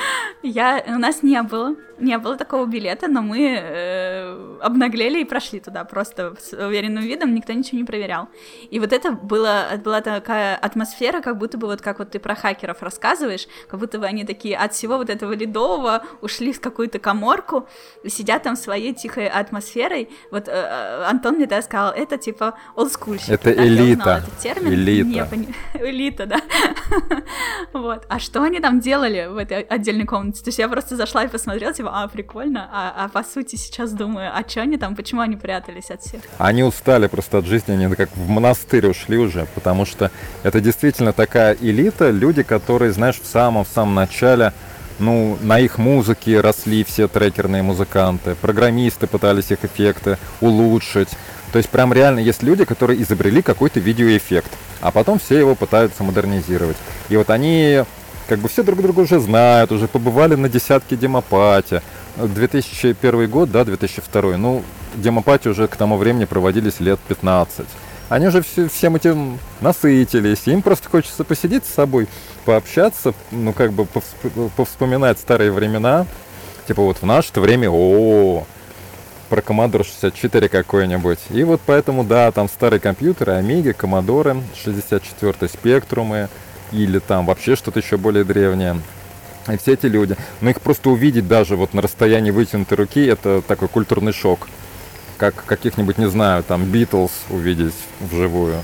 Я, у нас не было, не было такого билета, но мы э, обнаглели и прошли туда просто с уверенным видом, никто ничего не проверял. И вот это было, была такая атмосфера, как будто бы вот как вот ты про хакеров рассказываешь, как будто бы они такие от всего вот этого ледового ушли в какую-то каморку, сидят там своей тихой атмосферой. Вот э, Антон мне тогда сказал, это типа олдскульщик. Это да? элита. Я узнала этот термин. Элита. Не пони... Элита, да. Вот. А что они там делали в этой отдельной комнате? То есть я просто зашла и посмотрела, типа, типа, а, прикольно, а, а по сути сейчас думаю, а что они там, почему они прятались от всех? Они устали просто от жизни, они как в монастырь ушли уже, потому что это действительно такая элита, люди, которые, знаешь, в самом-в самом начале, ну, на их музыке росли все трекерные музыканты, программисты пытались их эффекты улучшить. То есть прям реально есть люди, которые изобрели какой-то видеоэффект, а потом все его пытаются модернизировать. И вот они как бы все друг друга уже знают, уже побывали на десятке демопати. две тысячи первый год, да, две тысячи второй, ну, демопати уже к тому времени проводились лет пятнадцать. Они уже все, всем этим насытились, им просто хочется посидеть с собой, пообщаться, ну, как бы повсп- повспоминать старые времена. Типа вот в наше время, о, про Commodore шестьдесят четыре какой-нибудь. И вот поэтому, да, там старые компьютеры, Амиги, Commodore шестьдесят четыре, Спектрумы, или там вообще что-то еще более древнее. И все эти люди, ну, их просто увидеть даже вот на расстоянии вытянутой руки, это такой культурный шок. Как каких-нибудь, не знаю, там, Битлз увидеть вживую.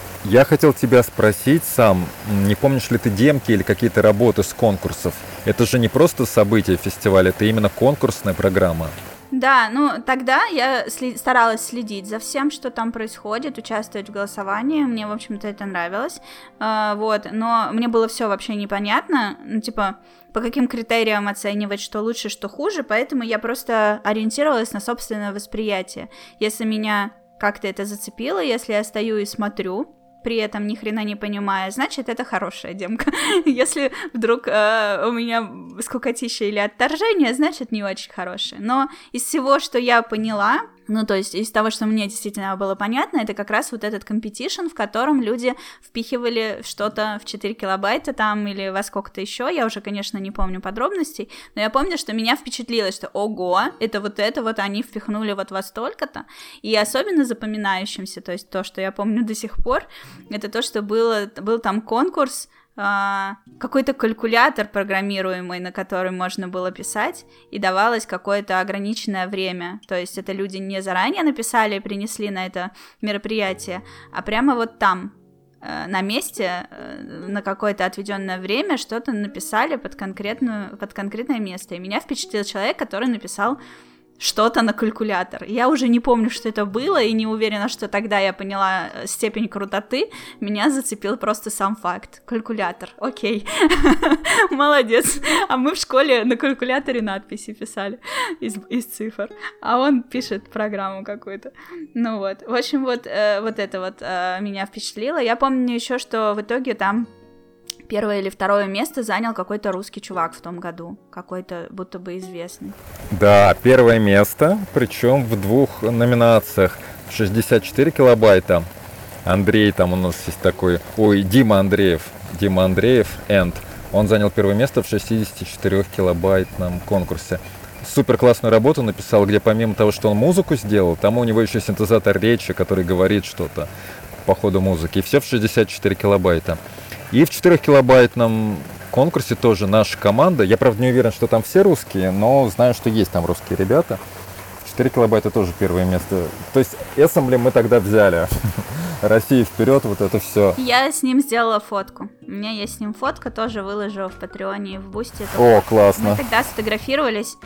Я хотел тебя спросить сам, не помнишь ли ты демки или какие-то работы с конкурсов? Это же не просто событие фестиваля, это именно конкурсная программа. Да, ну тогда я сли- старалась следить за всем, что там происходит, участвовать в голосовании, мне, в общем-то, это нравилось, э, вот, но мне было все вообще непонятно, ну, типа, по каким критериям оценивать, что лучше, что хуже, поэтому я просто ориентировалась на собственное восприятие. Если меня как-то это зацепило, если я стою и смотрю, при этом ни хрена не понимая, значит, это хорошая демка. Если вдруг э, у меня скукотища или отторжение, значит, не очень хорошая. Но из всего, что я поняла, ну, то есть из того, что мне действительно было понятно, это как раз вот этот компетишн, в котором люди впихивали что-то в четыре килобайта там или во сколько-то еще, я уже, конечно, не помню подробностей, но я помню, что меня впечатлило, что ого, это вот это вот они впихнули вот во столько-то, и особенно запоминающимся, то есть то, что я помню до сих пор, это то, что было, был там конкурс, какой-то калькулятор программируемый, на который можно было писать, и давалось какое-то ограниченное время. То есть это люди не заранее написали и принесли на это мероприятие, а прямо вот там, на месте, на какое-то отведенное время что-то написали под, конкретную, под конкретное место. И меня впечатлил человек, который написал что-то на калькулятор. Я уже не помню, что это было, и не уверена, что тогда я поняла степень крутоты. Меня зацепил просто сам факт. Калькулятор. Окей. Молодец. А мы в школе на калькуляторе надписи писали из, из цифр. А он пишет программу какую-то. Ну вот. В общем, вот, э, вот это вот э, меня впечатлило. Я помню еще, что в итоге там первое или второе место занял какой-то русский чувак в том году, какой-то будто бы известный. Да, первое место, причем в двух номинациях. шестьдесят четыре килобайта. Андрей там у нас есть такой, ой, Дима Андреев, Дима Андреев, Энд. Он занял первое место в шестьдесят четыре килобайтном конкурсе. Супер классную работу написал, где помимо того, что он музыку сделал, там у него еще синтезатор речи, который говорит что-то по ходу музыки. И все в шестьдесят четыре килобайта. И в четырехкилобайтном конкурсе тоже наша команда, я, правда, не уверен, что там все русские, но знаю, что есть там русские ребята. четыре килобайта тоже первое место. То есть Assembly мы тогда взяли. Россия вперед, вот это все. Я с ним сделала фотку. У меня есть с ним фотка, тоже выложила в Патреоне и в Бусти. О, классно. Мы тогда сфотографировались.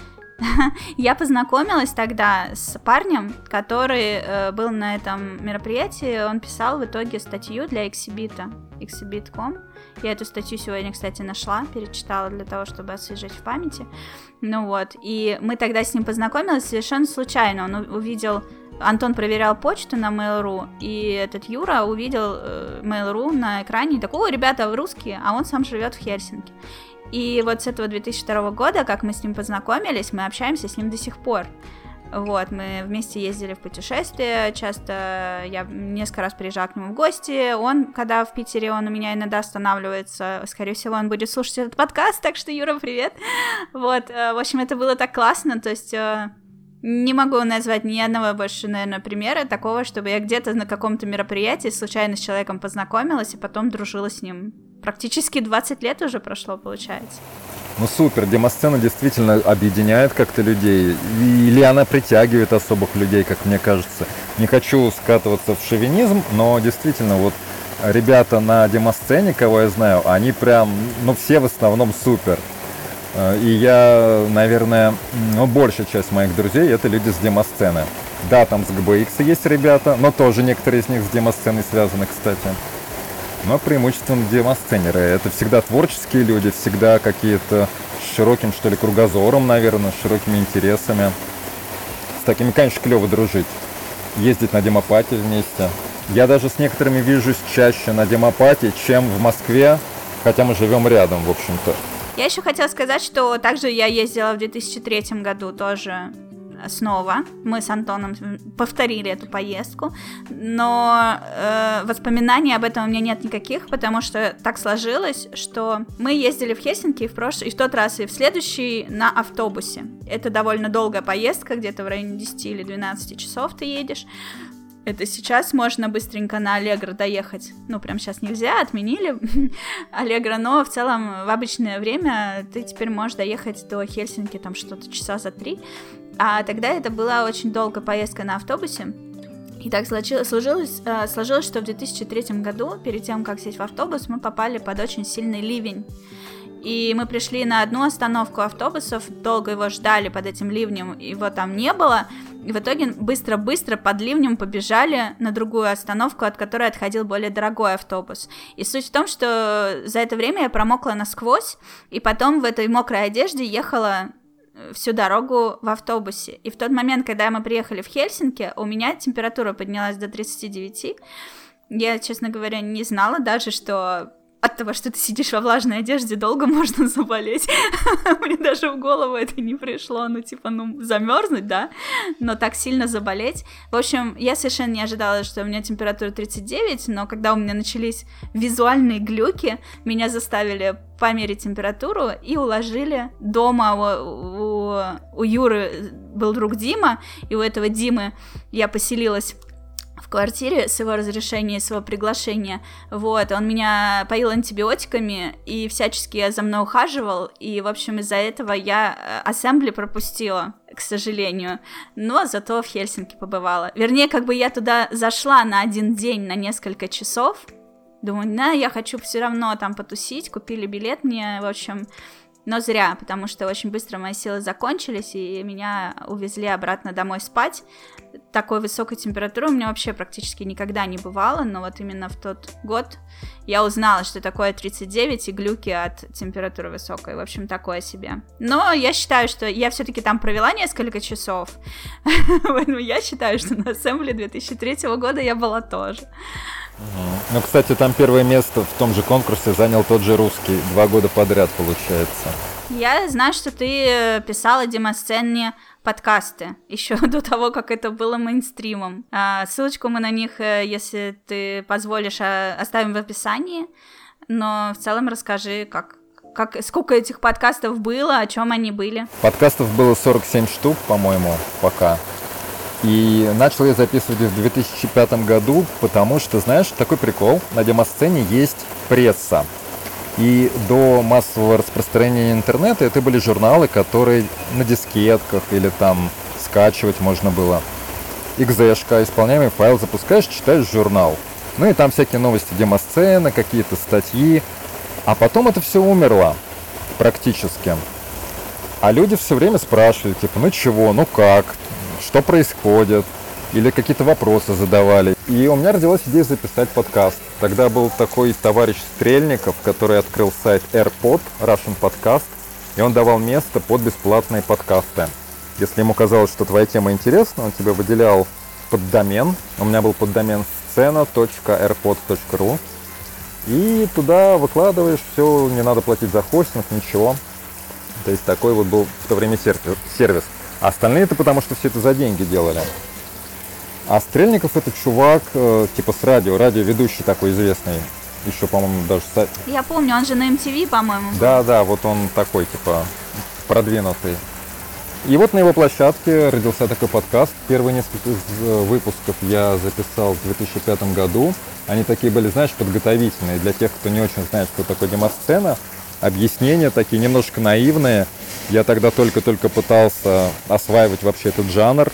Я познакомилась тогда с парнем, который э, был на этом мероприятии. Он писал в итоге статью для Exhibit, эксибит точка ком. Я эту статью сегодня, кстати, нашла, перечитала для того, чтобы освежить в памяти. Ну вот, и мы тогда с ним познакомились совершенно случайно. Он увидел... Антон проверял почту на Mail.ru, и этот Юра увидел э, Mail.ru на экране и такой: о, ребята, вы русские, а он сам живет в Хельсинки. И вот с этого две тысячи второго года, как мы с ним познакомились, мы общаемся с ним до сих пор. Вот, мы вместе ездили в путешествия, часто я несколько раз приезжала к нему в гости, он, когда в Питере, он у меня иногда останавливается, скорее всего, он будет слушать этот подкаст, так что, Юра, привет. Вот, в общем, это было так классно, то есть... Не могу назвать ни одного больше, наверное, примера такого, чтобы я где-то на каком-то мероприятии случайно с человеком познакомилась и потом дружила с ним. Практически двадцать лет уже прошло, получается. Ну супер, демосцена действительно объединяет как-то людей, или она притягивает особых людей, как мне кажется. Не хочу скатываться в шовинизм, но действительно вот ребята на демосцене, кого я знаю, они прям, ну все в основном супер. И я, наверное, ну, большая часть моих друзей это люди с демосцены. Да, там с джи би икс есть ребята, но тоже некоторые из них с демосценой связаны, кстати. Но преимущественно демосценеры. Это всегда творческие люди, всегда какие-то с широким, что ли, кругозором, наверное, с широкими интересами. С такими, конечно, клево дружить. Ездить на демопати вместе. Я даже с некоторыми вижусь чаще на демопати, чем в Москве, хотя мы живем рядом, в общем-то. Я еще хотела сказать, что также я ездила в две тысячи третьем году тоже снова. Мы с Антоном повторили эту поездку, но э, воспоминаний об этом у меня нет никаких, потому что так сложилось, что мы ездили в Хельсинки и в, прош... и в тот раз, и в следующий на автобусе. Это довольно долгая поездка, где-то в районе десять или двенадцать часов ты едешь. Это сейчас можно быстренько на Allegro доехать. Ну, прям сейчас нельзя, отменили Allegro, но в целом в обычное время ты теперь можешь доехать до Хельсинки там что-то часа за три. А тогда это была очень долгая поездка на автобусе. И так сложилось, сложилось, сложилось, что в две тысячи третьем году, перед тем, как сесть в автобус, мы попали под очень сильный ливень. И мы пришли на одну остановку автобусов, долго его ждали под этим ливнем, его там не было. И в итоге быстро-быстро под ливнем побежали на другую остановку, от которой отходил более дорогой автобус. И суть в том, что за это время я промокла насквозь, и потом в этой мокрой одежде ехала всю дорогу в автобусе. И в тот момент, когда мы приехали в Хельсинки, у меня температура поднялась до тридцати девяти. Я, честно говоря, не знала даже, что от того, что ты сидишь во влажной одежде, долго можно заболеть. Мне даже в голову это не пришло. Ну, типа, ну, замерзнуть, да, но так сильно заболеть. В общем, я совершенно не ожидала, что у меня температура тридцать девять, но когда у меня начались визуальные глюки, меня заставили померить температуру и уложили дома. У, у, у Юры был друг Дима, и у этого Димы я поселилась в квартире с его разрешения, с его приглашения. Вот, он меня поил антибиотиками и всячески за мной ухаживал, и, в общем, из-за этого я ассембли пропустила, к сожалению, но зато в Хельсинки побывала. Вернее, как бы я туда зашла на один день, на несколько часов. Думаю, да, я хочу все равно там потусить, купили билет мне, в общем... Но зря, потому что очень быстро мои силы закончились, и меня увезли обратно домой спать. Такой высокой температуры у меня вообще практически никогда не бывало, но вот именно в тот год я узнала, что такое тридцать девять и глюки от температуры высокой. В общем, такое себе. Но я считаю, что я все-таки там провела несколько часов, поэтому я считаю, что на ассембле две тысячи третьего года я была тоже. Ну, кстати, там первое место в том же конкурсе занял тот же русский, два года подряд, получается. Я знаю, что ты писала демосцене подкасты еще до того, как это было мейнстримом. А, ссылочку мы на них, если ты позволишь, оставим в описании, но в целом расскажи, как, как, сколько этих подкастов было, о чем они были. Подкастов было сорок семь штук, по-моему, пока. И начал я записывать в две тысячи пятом году, потому что, знаешь, такой прикол, на демосцене есть пресса. И до массового распространения интернета это были журналы, которые на дискетках или там скачивать можно было. экзешка, исполняемый файл, запускаешь, читаешь журнал. Ну и там всякие новости демосцены, какие-то статьи. А потом это все умерло практически. А люди все время спрашивали, типа, ну чего, ну как, что происходит, или какие-то вопросы задавали. И у меня родилась идея записать подкаст. Тогда был такой товарищ Стрельников, который открыл сайт AirPod, Russian Podcast, и он давал место под бесплатные подкасты. Если ему казалось, что твоя тема интересна, он тебе выделял поддомен. У меня был поддомен сцена точка airpod точка ру. И туда выкладываешь все, не надо платить за хостинг, ничего. То есть такой вот был в то время сервис. А остальные это потому, что все это за деньги делали. А Стрельников это чувак, э, типа с радио, радиоведущий такой известный. Еще, по-моему, даже... Я помню, он же на эм ти ви, по-моему. Да, да, вот он такой, типа, продвинутый. И вот на его площадке родился такой подкаст. Первые несколько выпусков я записал в две тысячи пятом году. Они такие были, знаешь, подготовительные для тех, кто не очень знает, что такое демосцена. Объяснения такие немножко наивные. Я тогда только-только пытался осваивать вообще этот жанр.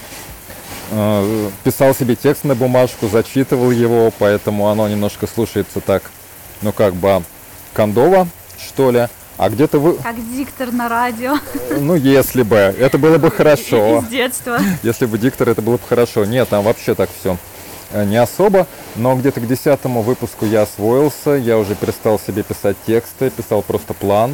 Писал себе текст на бумажку, зачитывал его, поэтому оно немножко слушается так, ну как бы кондово, что ли. А где-то вы... Как диктор на радио. Ну, если бы. Это было бы хорошо. Из детства. Если бы диктор, это было бы хорошо. Нет, там вообще так все не особо. Но где-то к десятому выпуску я освоился. Я уже перестал себе писать тексты. Писал просто план.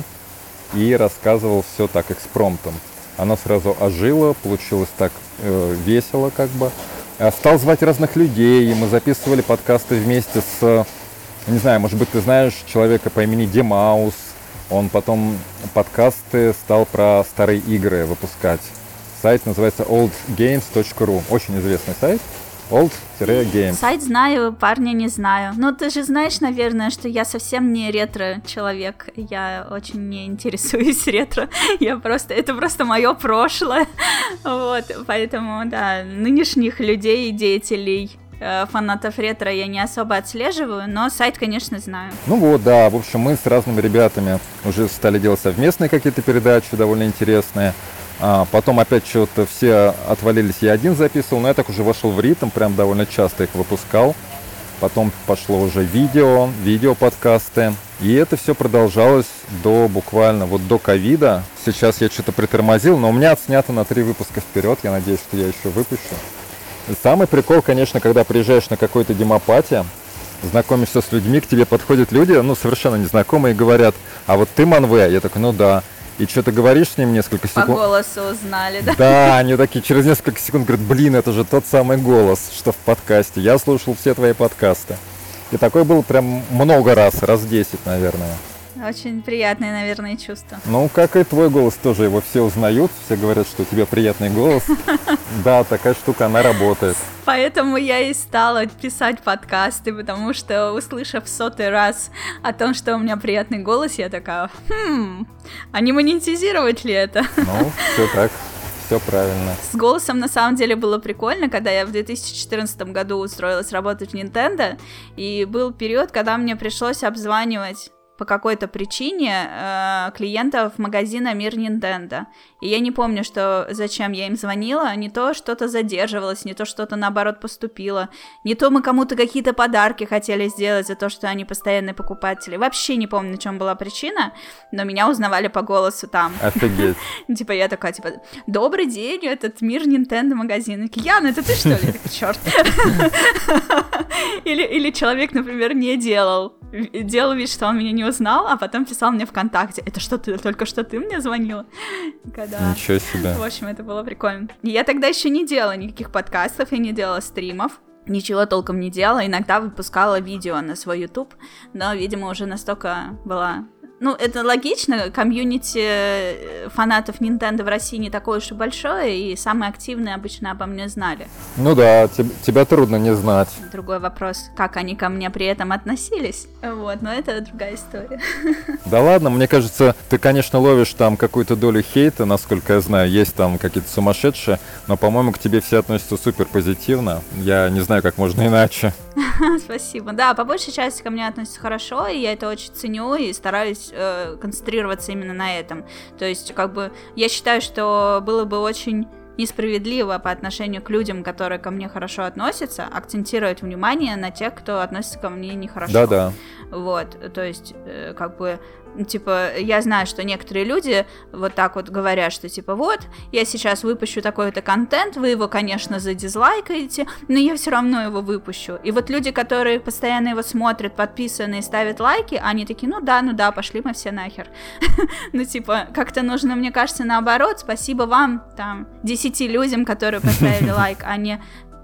И рассказывал все так, экспромтом. Оно сразу ожило. Получилось так э, весело как бы. Стал звать разных людей. Мы записывали подкасты вместе с... Не знаю, может быть, ты знаешь человека по имени Димаус. Он потом подкасты стал про старые игры выпускать. Сайт называется олд геймс точка ру. Очень известный сайт. old-games. Сайт знаю, парня не знаю. Но ты же знаешь, наверное, что я совсем не ретро-человек. Я очень не интересуюсь ретро. Я просто... Это просто мое прошлое. Вот, поэтому, да, нынешних людей, деятелей... фанатов ретро я не особо отслеживаю, но сайт, конечно, знаю. Ну вот, да, в общем, мы с разными ребятами уже стали делать совместные какие-то передачи, довольно интересные. А потом опять что-то все отвалились, я один записывал, но я так уже вошел в ритм, прям довольно часто их выпускал. Потом пошло уже видео, видео-подкасты. И это все продолжалось до буквально вот до ковида. Сейчас я что-то притормозил, но у меня отснято на три выпуска вперед, я надеюсь, что я еще выпущу. Самый прикол, конечно, когда приезжаешь на какой-то демопати, знакомишься с людьми, к тебе подходят люди, ну, совершенно незнакомые, и говорят, а вот ты Манве? Я такой, ну да. И что-то говоришь с ним несколько секунд. По голосу узнали, да? Да, они такие через несколько секунд говорят, блин, это же тот самый голос, что в подкасте. Я слушал все твои подкасты. И такое было прям много раз, раз десять, наверное. Очень приятное, наверное, чувство. Ну, как и твой голос тоже, его все узнают, все говорят, что у тебя приятный голос. Да, такая штука, она работает. Поэтому я и стала писать подкасты, потому что, услышав в сотый раз о том, что у меня приятный голос, я такая, хм, а не монетизировать ли это? Ну, все так. Все правильно. С голосом на самом деле было прикольно, когда я в две тысячи четырнадцатом году устроилась работать в Nintendo, и был период, когда мне пришлось обзванивать по какой-то причине э, клиентов магазина Мир Nintendo. И я не помню, что, зачем я им звонила, не то что-то задерживалось, не то что-то наоборот поступило, не то мы кому-то какие-то подарки хотели сделать за то, что они постоянные покупатели. Вообще не помню, в чем была причина, но меня узнавали по голосу там. Офигеть. Типа я такая, типа, добрый день, этот Мир Nintendo магазин. Яна, это ты что ли? Я такая, черт. Или человек, например, не делал, делал вид, что он меня не узнал, а потом писал мне ВКонтакте, это что, ты только что ты мне звонила? Когда... Ничего себе. В общем, это было прикольно. И я тогда еще не делала никаких подкастов, я не делала стримов, ничего толком не делала, иногда выпускала видео на свой YouTube, но, видимо, уже настолько была... Ну, это логично, комьюнити фанатов Nintendo в России не такое уж и большое, и самые активные обычно обо мне знали. Ну да, te- тебя трудно не знать. Другой вопрос, как они ко мне при этом относились, вот, но это другая история. Да ладно, мне кажется, ты, конечно, ловишь там какую-то долю хейта, насколько я знаю, есть там какие-то сумасшедшие, но, по-моему, к тебе все относятся супер позитивно, я не знаю, как можно иначе. Спасибо. Да, по большей части ко мне относятся хорошо, и я это очень ценю, и стараюсь э, концентрироваться именно на этом. То есть, как бы, я считаю, что было бы очень несправедливо по отношению к людям, которые ко мне хорошо относятся, акцентировать внимание на тех, кто относится ко мне нехорошо. Да-да. Вот, то есть, э, как бы, типа, я знаю, что некоторые люди вот так вот говорят, что, типа, вот, я сейчас выпущу такой-то контент, вы его, конечно, задизлайкаете, но я все равно его выпущу. И вот люди, которые постоянно его смотрят, подписаны и ставят лайки, они такие, ну да, ну да, пошли мы все нахер. Ну, типа, как-то нужно, мне кажется, наоборот, спасибо вам, там, десяти людям, которые поставили лайк, а не...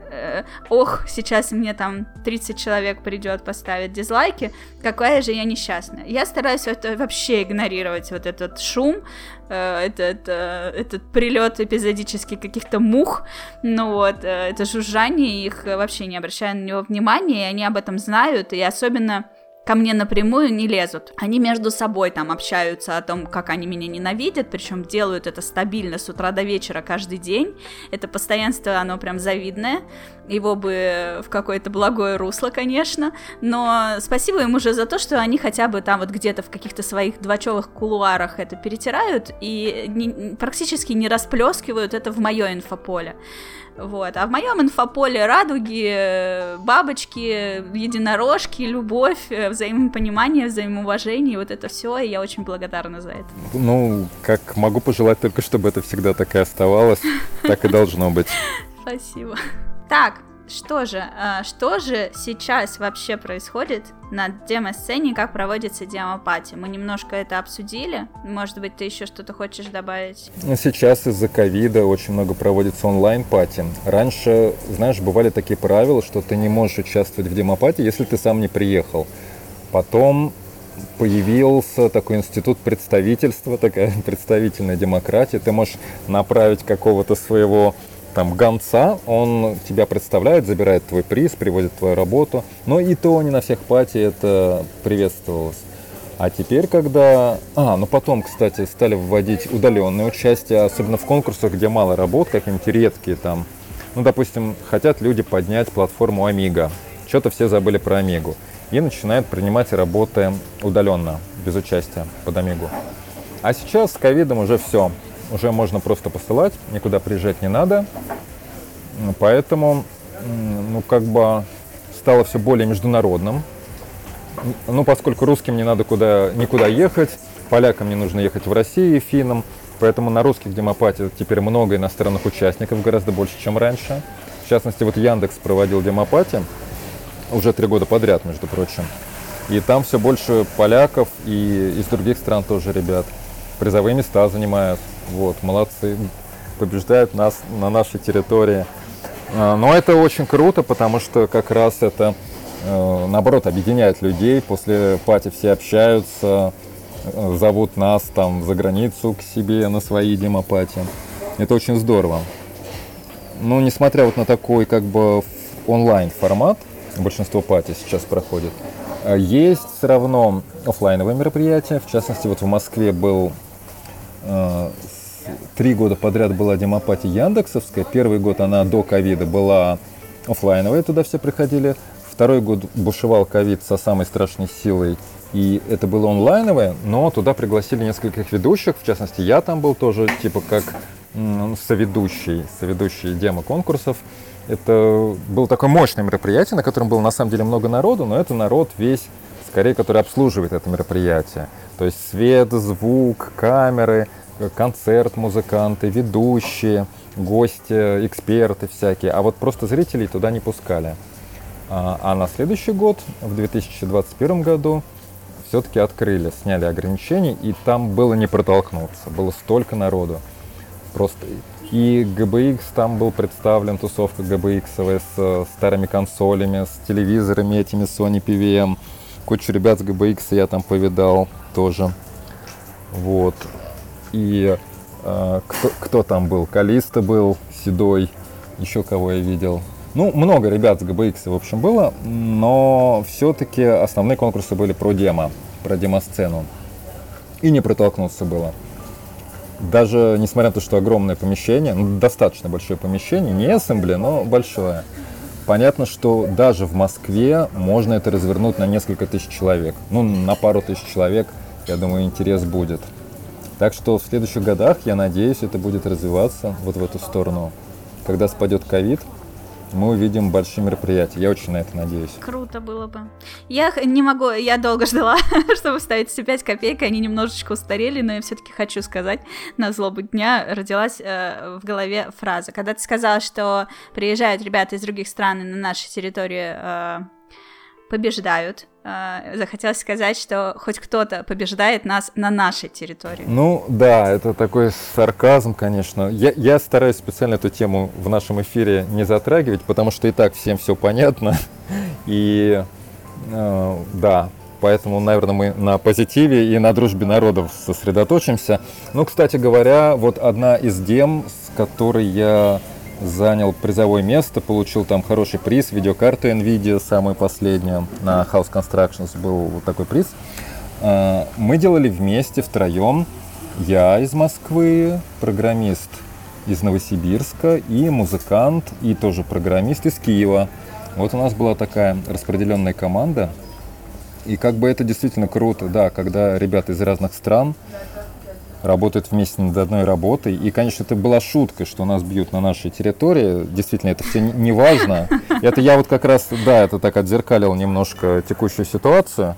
ох, сейчас мне там тридцать человек придет поставить дизлайки, какая же я несчастная. Я стараюсь это вообще игнорировать, вот этот шум, этот, этот прилет эпизодический каких-то мух, ну вот, это жужжание, их вообще не обращаю на него внимания, и они об этом знают, и особенно... ко мне напрямую не лезут. Они между собой там общаются о том, как они меня ненавидят, причем делают это стабильно с утра до вечера каждый день. Это постоянство, оно прям завидное. Его бы в какое-то благое русло, конечно. Но спасибо им уже за то, что они хотя бы там вот где-то в каких-то своих двачевых кулуарах это перетирают и не, практически не расплескивают это в мое инфополе. Вот. А в моем инфополе радуги, бабочки, единорожки, любовь, взаимопонимание, взаимоуважение, вот это все, и я очень благодарна за это. Ну, как могу пожелать только, чтобы это всегда так и оставалось, так и должно быть. Спасибо. Так, что же, что же сейчас вообще происходит на демо-сцене, как проводится демо-пати? Мы немножко это обсудили, может быть, ты еще что-то хочешь добавить? Сейчас из-за ковида очень много проводится онлайн-пати. Раньше, знаешь, бывали такие правила, что ты не можешь участвовать в демо-пати, если ты сам не приехал. Потом появился такой институт представительства, такая представительная демократия. Ты можешь направить какого-то своего там гонца, он тебя представляет, забирает твой приз, приводит твою работу. Но и то не на всех пати это приветствовалось. А теперь, когда... А, ну потом, кстати, стали вводить удаленное участие, особенно в конкурсах, где мало работ, какие-нибудь редкие там. Ну, допустим, хотят люди поднять платформу Amiga. Что-то все забыли про Amigу. И начинают принимать работы удаленно, без участия под Амигу. А сейчас с ковидом уже все. Уже можно просто посылать, никуда приезжать не надо. Поэтому, ну, как бы стало все более международным. Ну, поскольку русским не надо куда, никуда ехать, полякам не нужно ехать в Россию, финнам. Поэтому на русских демопати теперь много иностранных участников, гораздо больше, чем раньше. В частности, вот Яндекс проводил демопати уже три года подряд, между прочим. И там все больше поляков и из других стран тоже ребят. Призовые места занимают. Вот, молодцы, побеждают нас на нашей территории. Но это очень круто, потому что как раз это, наоборот, объединяет людей. После пати все общаются, зовут нас там за границу к себе на свои демопати. Это очень здорово. Ну, несмотря вот на такой как бы онлайн формат, большинство пати сейчас проходит, есть все равно офлайновые мероприятия. В частности, вот в Москве был три года подряд была демопати яндексовская. Первый год она до ковида была офлайновая, туда все приходили. Второй год бушевал ковид со самой страшной силой, и это было онлайновое, но туда пригласили нескольких ведущих. В частности, я там был тоже типа как м, соведущий, соведущий демо-конкурсов. Это было такое мощное мероприятие, на котором было на самом деле много народу, но это народ весь, скорее, который обслуживает это мероприятие. То есть свет, звук, камеры, концерт, музыканты, ведущие, гости, эксперты всякие. А вот просто зрителей туда не пускали. А, а на следующий год, в две тысячи двадцать первом году, все-таки открыли, сняли ограничения, и там было не протолкнуться. Было столько народу. Просто. И джи би икс там был представлен, тусовка джи би икс с старыми консолями, с телевизорами этими Sony пи ви эм. Кучу ребят с джи би икс я там повидал тоже. Вот. И э, кто, кто там был? Калиста был, Седой, еще кого я видел. Ну, много ребят с джи би икс, в общем, было, но все-таки основные конкурсы были про демо, про демо-сцену. И не протолкнуться было. Даже несмотря на то, что огромное помещение, ну, достаточно большое помещение, не ассембли, но большое. Понятно, что даже в Москве можно это развернуть на несколько тысяч человек. Ну, на пару тысяч человек, я думаю, интерес будет. Так что в следующих годах, я надеюсь, это будет развиваться вот в эту сторону. Когда спадет ковид, мы увидим большие мероприятия. Я очень на это надеюсь. Круто было бы. Я не могу, я долго ждала, чтобы вставить все пять копеек, они немножечко устарели, но я все-таки хочу сказать, на злобу дня родилась э, в голове фраза. Когда ты сказала, что приезжают ребята из других стран и на нашей территории э, побеждают, э, захотелось сказать, что хоть кто-то побеждает нас на нашей территории. Ну да, это такой сарказм, конечно. Я, я стараюсь специально эту тему в нашем эфире не затрагивать, потому что и так всем все понятно. И э, да, поэтому, наверное, мы на позитиве и на дружбе народов сосредоточимся. Ну, кстати говоря, вот одна из дем, с которой я занял призовое место, получил там хороший приз, видеокарту NVIDIA, самую последнюю, на House Constructions был вот такой приз. Мы делали вместе, втроем, я из Москвы, программист из Новосибирска и музыкант, и тоже программист из Киева. Вот у нас была такая распределенная команда, и как бы это действительно круто, да, когда ребята из разных стран работают вместе над одной работой. И, конечно, это была шутка, что нас бьют на нашей территории. Действительно, это все не важно. Это я вот как раз, да, это так отзеркалил немножко текущую ситуацию.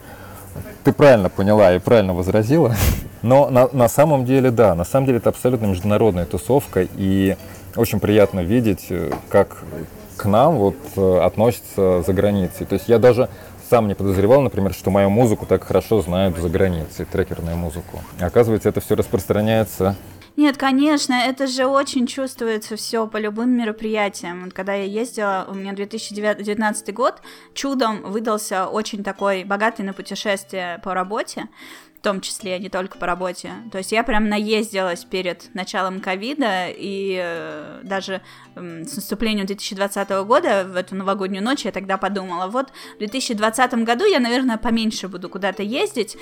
Ты правильно поняла и правильно возразила. Но на, на самом деле, да, на самом деле это абсолютно международная тусовка. И очень приятно видеть, как к нам вот относятся за границей. То есть я даже сам не подозревал, например, что мою музыку так хорошо знают за границей, трекерную музыку. Оказывается, это все распространяется. Нет, конечно, это же очень чувствуется все по любым мероприятиям. Вот когда я ездила, у меня две тысячи девятнадцатый год чудом выдался очень такой богатый на путешествия по работе, в том числе не только по работе. То есть я прям наездилась перед началом ковида, и э, даже э, с наступлением две тысячи двадцатого года, в эту новогоднюю ночь, я тогда подумала, вот в две тысячи двадцатом году я, наверное, поменьше буду куда-то ездить,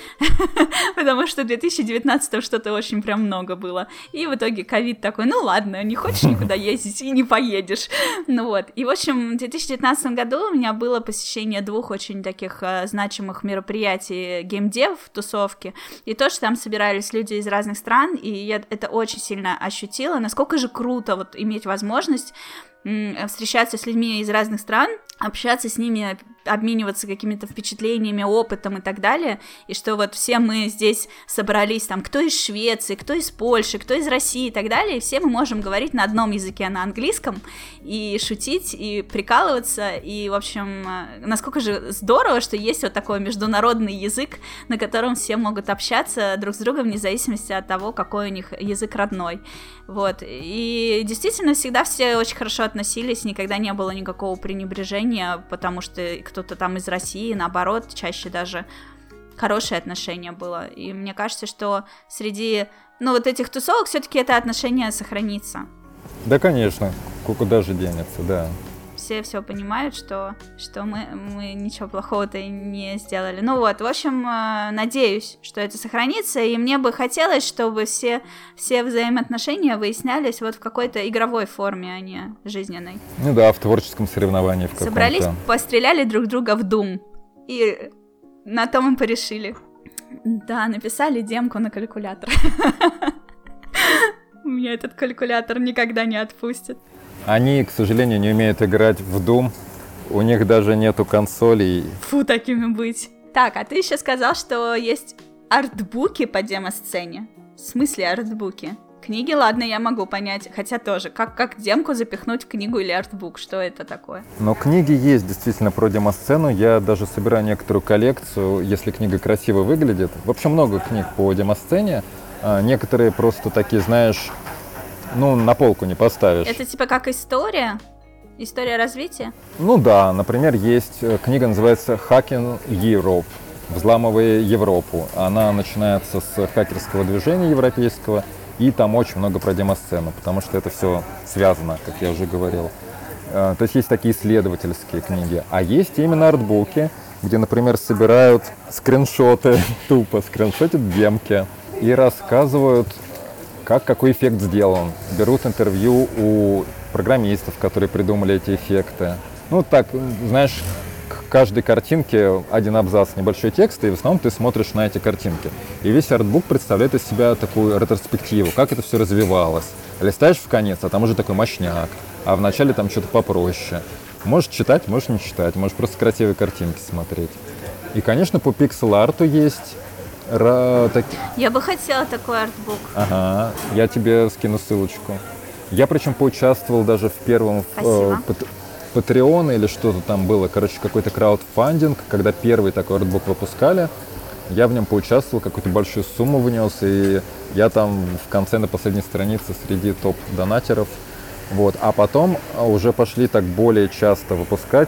потому что в две тысячи девятнадцатом что-то очень прям много было. И в итоге ковид такой, ну ладно, не хочешь никуда ездить и не поедешь. Ну вот. И, в общем, в две тысячи девятнадцатом году у меня было посещение двух очень таких э, значимых мероприятий геймдев, тусовки. И то, что там собирались люди из разных стран, и я это очень сильно ощутила, насколько же круто вот иметь возможность м- встречаться с людьми из разных стран, общаться с ними, обмениваться какими-то впечатлениями, опытом и так далее, и что вот все мы здесь собрались, там, кто из Швеции, кто из Польши, кто из России и так далее, и все мы можем говорить на одном языке, на английском, и шутить, и прикалываться, и, в общем, насколько же здорово, что есть вот такой международный язык, на котором все могут общаться друг с другом, вне зависимости от того, какой у них язык родной, вот, и действительно всегда все очень хорошо относились, никогда не было никакого пренебрежения, потому что кто-то там из России, наоборот, чаще даже хорошее отношение было. И мне кажется, что среди, ну, вот этих тусовок все-таки это отношение сохранится. Да, конечно, куда же денется, да. Все все понимают, что, что мы, мы ничего плохого-то и не сделали. Ну вот, в общем, надеюсь, что это сохранится, и мне бы хотелось, чтобы все, все взаимоотношения выяснялись вот в какой-то игровой форме, а не жизненной. Ну да, в творческом соревновании в каком-то. Собрались, постреляли друг друга в Doom, и на том и порешили. Да, написали демку на калькулятор. Меня этот калькулятор никогда не отпустит. Они, к сожалению, не умеют играть в Doom. У них даже нету консолей. Фу, такими быть. Так, а ты еще сказал, что есть артбуки по демо-сцене. В смысле артбуки? Книги, ладно, я могу понять. Хотя тоже, как, как демку запихнуть в книгу или артбук? Что это такое? Но книги есть действительно про демо-сцену. Я даже собираю некоторую коллекцию, если книга красиво выглядит. В общем, много книг по демо-сцене. А некоторые просто такие, знаешь... Ну, на полку не поставишь. Это типа как история? История развития? Ну да, например, есть книга, называется «Hacking Europe», «Взламывая Европу». Она начинается с хакерского движения европейского, и там очень много про демо-сцену, потому что это все связано, как я уже говорил. То есть есть такие исследовательские книги. А есть именно артбуки, где, например, собирают скриншоты, тупо скриншотят демки и рассказывают, как какой эффект сделан. Берут интервью у программистов, которые придумали эти эффекты. Ну, так, знаешь, к каждой картинке один абзац, небольшой текст, и в основном ты смотришь на эти картинки. И весь артбук представляет из себя такую ретроспективу, как это все развивалось. Листаешь в конец, а там уже такой мощняк, а в начале там что-то попроще. Можешь читать, можешь не читать, можешь просто красивые картинки смотреть. И, конечно, по пиксель-арту есть... Ра... Так... Я бы хотела такой артбук. Ага, я тебе скину ссылочку. Я причем поучаствовал даже в первом э, Patreon или что-то там было. Короче, какой-то краудфандинг, когда первый такой артбук выпускали. Я в нем поучаствовал, какую-то большую сумму внес, и я там в конце на последней странице среди топ-донатеров. Вот. А потом уже пошли так более часто выпускать.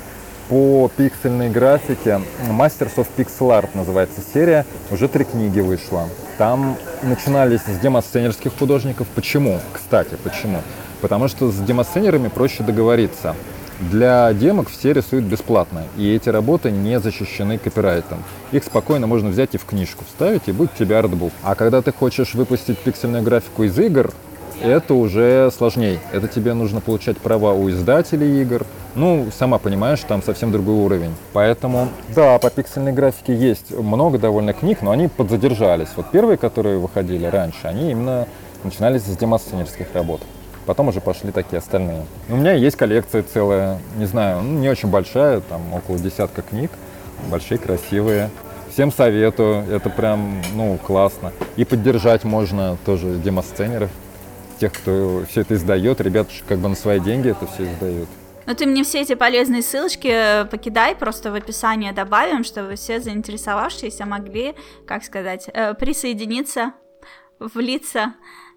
По пиксельной графике Masters of Pixel Art называется серия, уже три книги вышло. Там начинались с демосценерских художников. Почему? Кстати, почему? Потому что с демосценерами проще договориться. Для демок все рисуют бесплатно, и эти работы не защищены копирайтом. Их спокойно можно взять и в книжку вставить, и будет у тебя артбук. А когда ты хочешь выпустить пиксельную графику из игр, это уже сложнее. Это тебе нужно получать права у издателей игр, Ну, сама понимаешь, там совсем другой уровень. Поэтому, да, по пиксельной графике есть много довольно книг, но они подзадержались. Вот первые, которые выходили раньше, они именно начинались с демосценерских работ. Потом уже пошли такие остальные. У меня есть коллекция целая, не знаю, ну, не очень большая, там около десятка книг, большие, красивые. Всем советую, это прям, ну, классно. И поддержать можно тоже демосценеров, тех, кто все это издает. Ребята как бы на свои деньги это все издают. Ну, ты мне все эти полезные ссылочки покидай, просто в описание добавим, чтобы все заинтересовавшиеся могли, как сказать, присоединиться, влиться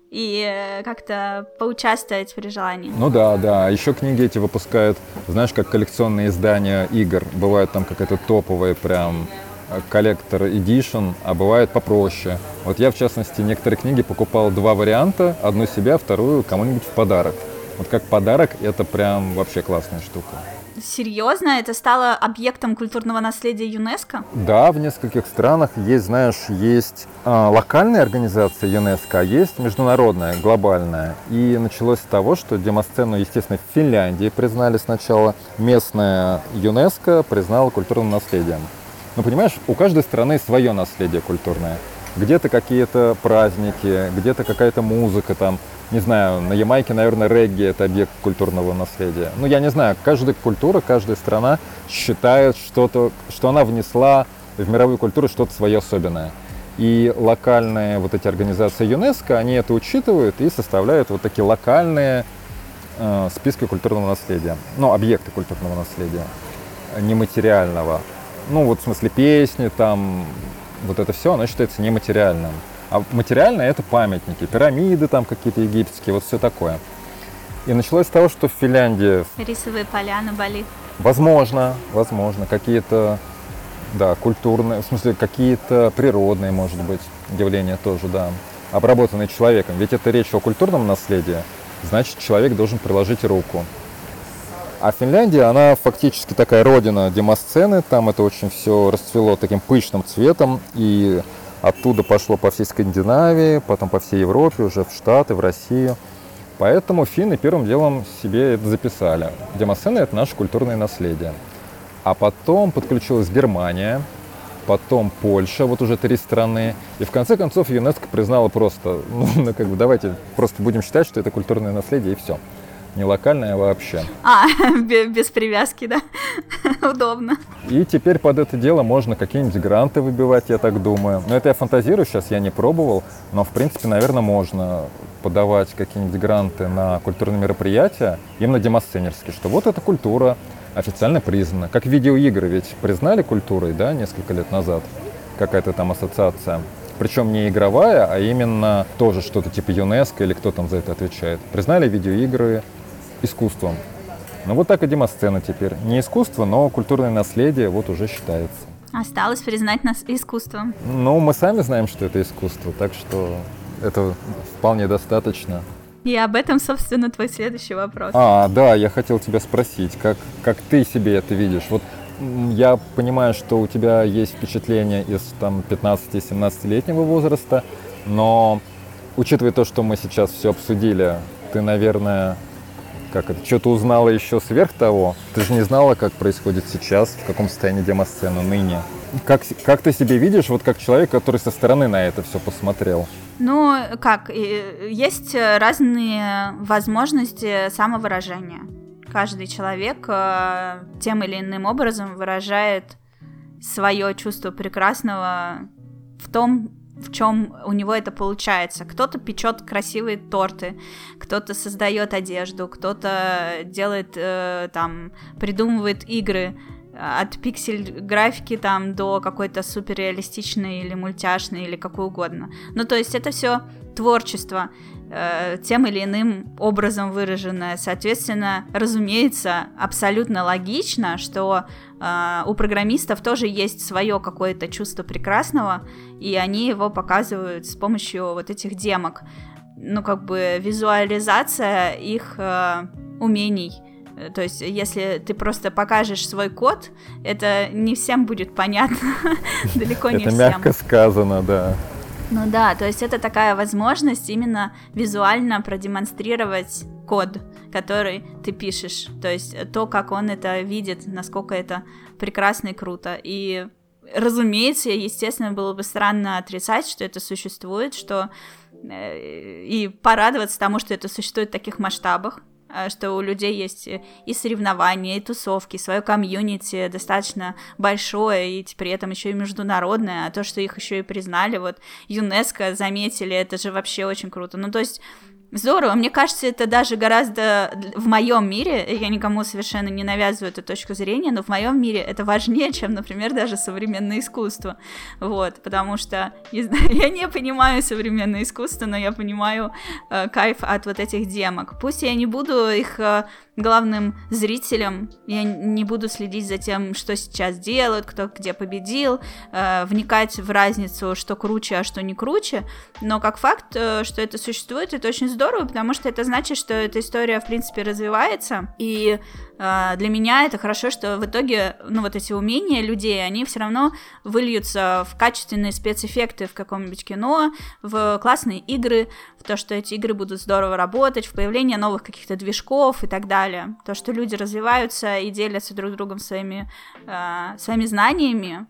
и как-то поучаствовать при желании. Ну да, да. Еще книги эти выпускают, знаешь, как коллекционные издания игр. Бывает там какая-то топовая прям коллектор эдишн, а бывает попроще. Вот я, в частности, некоторые книги покупал два варианта, одну себе, вторую кому-нибудь в подарок. Вот как подарок это прям вообще классная штука. Серьезно? Это стало объектом культурного наследия ЮНЕСКО? Да, в нескольких странах есть, знаешь, есть а, локальная организация ЮНЕСКО, а есть международная, глобальная. И началось с того, что демосцену, естественно, в Финляндии признали сначала, местная ЮНЕСКО признала культурным наследием. Но понимаешь, у каждой страны свое наследие культурное. Где-то какие-то праздники, где-то какая-то музыка там. Не знаю, на Ямайке, наверное, регги – это объект культурного наследия. Ну, я не знаю, каждая культура, каждая страна считает что-то, что она внесла в мировую культуру что-то свое особенное. И локальные вот эти организации ЮНЕСКО, они это учитывают и составляют вот такие локальные э, списки культурного наследия. Ну, объекты культурного наследия, нематериального. Ну, вот в смысле песни, там, вот это все, оно считается нематериальным. А материальное — это памятники, пирамиды там какие-то египетские, вот все такое. И началось с того, что в Финляндии... Рисовые поля на Бали. Возможно, возможно, какие-то, да, культурные, в смысле, какие-то природные, может быть, явления тоже, да, обработанные человеком. Ведь это речь о культурном наследии, значит, человек должен приложить руку. А Финляндия, она фактически такая родина демосцены, там это очень все расцвело таким пышным цветом, и оттуда пошло по всей Скандинавии, потом по всей Европе, уже в Штаты, в Россию. Поэтому финны первым делом себе это записали. Демосцена — это наше культурное наследие. А потом подключилась Германия, потом Польша, вот уже три страны. И в конце концов ЮНЕСКО признала просто, ну, как бы давайте просто будем считать, что это культурное наследие, и все. Не локальное, а вообще. А, без привязки, да? Удобно. И теперь под это дело можно какие-нибудь гранты выбивать, я так думаю. Но это я фантазирую, сейчас я не пробовал, но в принципе, наверное, можно подавать какие-нибудь гранты на культурные мероприятия, именно демосценерские, что вот эта культура официально признана. Как видеоигры ведь признали культурой, да, несколько лет назад, какая-то там ассоциация. Причем не игровая, а именно тоже что-то типа ЮНЕСКО или кто там за это отвечает. Признали видеоигры искусством. Ну вот так и демосцена теперь. Не искусство, но культурное наследие вот уже считается. Осталось признать нас искусством. Ну, мы сами знаем, что это искусство, так что это вполне достаточно. И об этом, собственно, твой следующий вопрос. А, да, я хотел тебя спросить, как, как ты себе это видишь? Вот я понимаю, что у тебя есть впечатление из там пятнадцати-семнадцатилетнего возраста, но учитывая то, что мы сейчас все обсудили, ты, наверное, как это, что-то узнала еще сверх того. Ты же не знала, как происходит сейчас, в каком состоянии демосцена ныне. Как, как ты себе видишь, вот как человек, который со стороны на это все посмотрел? Ну, как, есть разные возможности самовыражения. Каждый человек э, тем или иным образом выражает свое чувство прекрасного в том, в чем у него это получается. Кто-то печет красивые торты, кто-то создает одежду, кто-то делает, э, там, придумывает игры от пиксель-графики там до какой-то суперреалистичной или мультяшной или какой угодно. Ну, то есть это все творчество, э, тем или иным образом выраженное. Соответственно, разумеется, абсолютно логично, что э, у программистов тоже есть свое какое-то чувство прекрасного, и они его показывают с помощью вот этих демок. Ну, как бы визуализация их э, умений. То есть, если ты просто покажешь свой код, это не всем будет понятно, далеко не всем. Это мягко сказано, да. Ну да, то есть это такая возможность именно визуально продемонстрировать код. который ты пишешь, то есть то, как он это видит, насколько это прекрасно и круто, и разумеется, естественно, было бы странно отрицать, что это существует, что и порадоваться тому, что это существует в таких масштабах, что у людей есть и соревнования, и тусовки, свое комьюнити достаточно большое, и при этом еще и международное, а то, что их еще и признали, вот ЮНЕСКО заметили, это же вообще очень круто. Ну, то есть здорово, мне кажется, это даже гораздо в моем мире, я никому совершенно не навязываю эту точку зрения, но в моем мире это важнее, чем, например, даже современное искусство, вот, потому что, не знаю, я не понимаю современное искусство, но я понимаю э, кайф от вот этих демок. Пусть я не буду их э, главным зрителем, я не буду следить за тем, что сейчас делают, кто где победил, э, вникать в разницу, что круче, а что не круче, но как факт, э, что это существует, это очень здорово, Здорово, потому что это значит, что эта история, в принципе, развивается, и э, для меня это хорошо, что в итоге, ну, вот эти умения людей, они все равно выльются в качественные спецэффекты в каком-нибудь кино, в классные игры, в то, что эти игры будут здорово работать, в появление новых каких-то движков и так далее. То, что люди развиваются и делятся друг с другом своими, э, своими знаниями,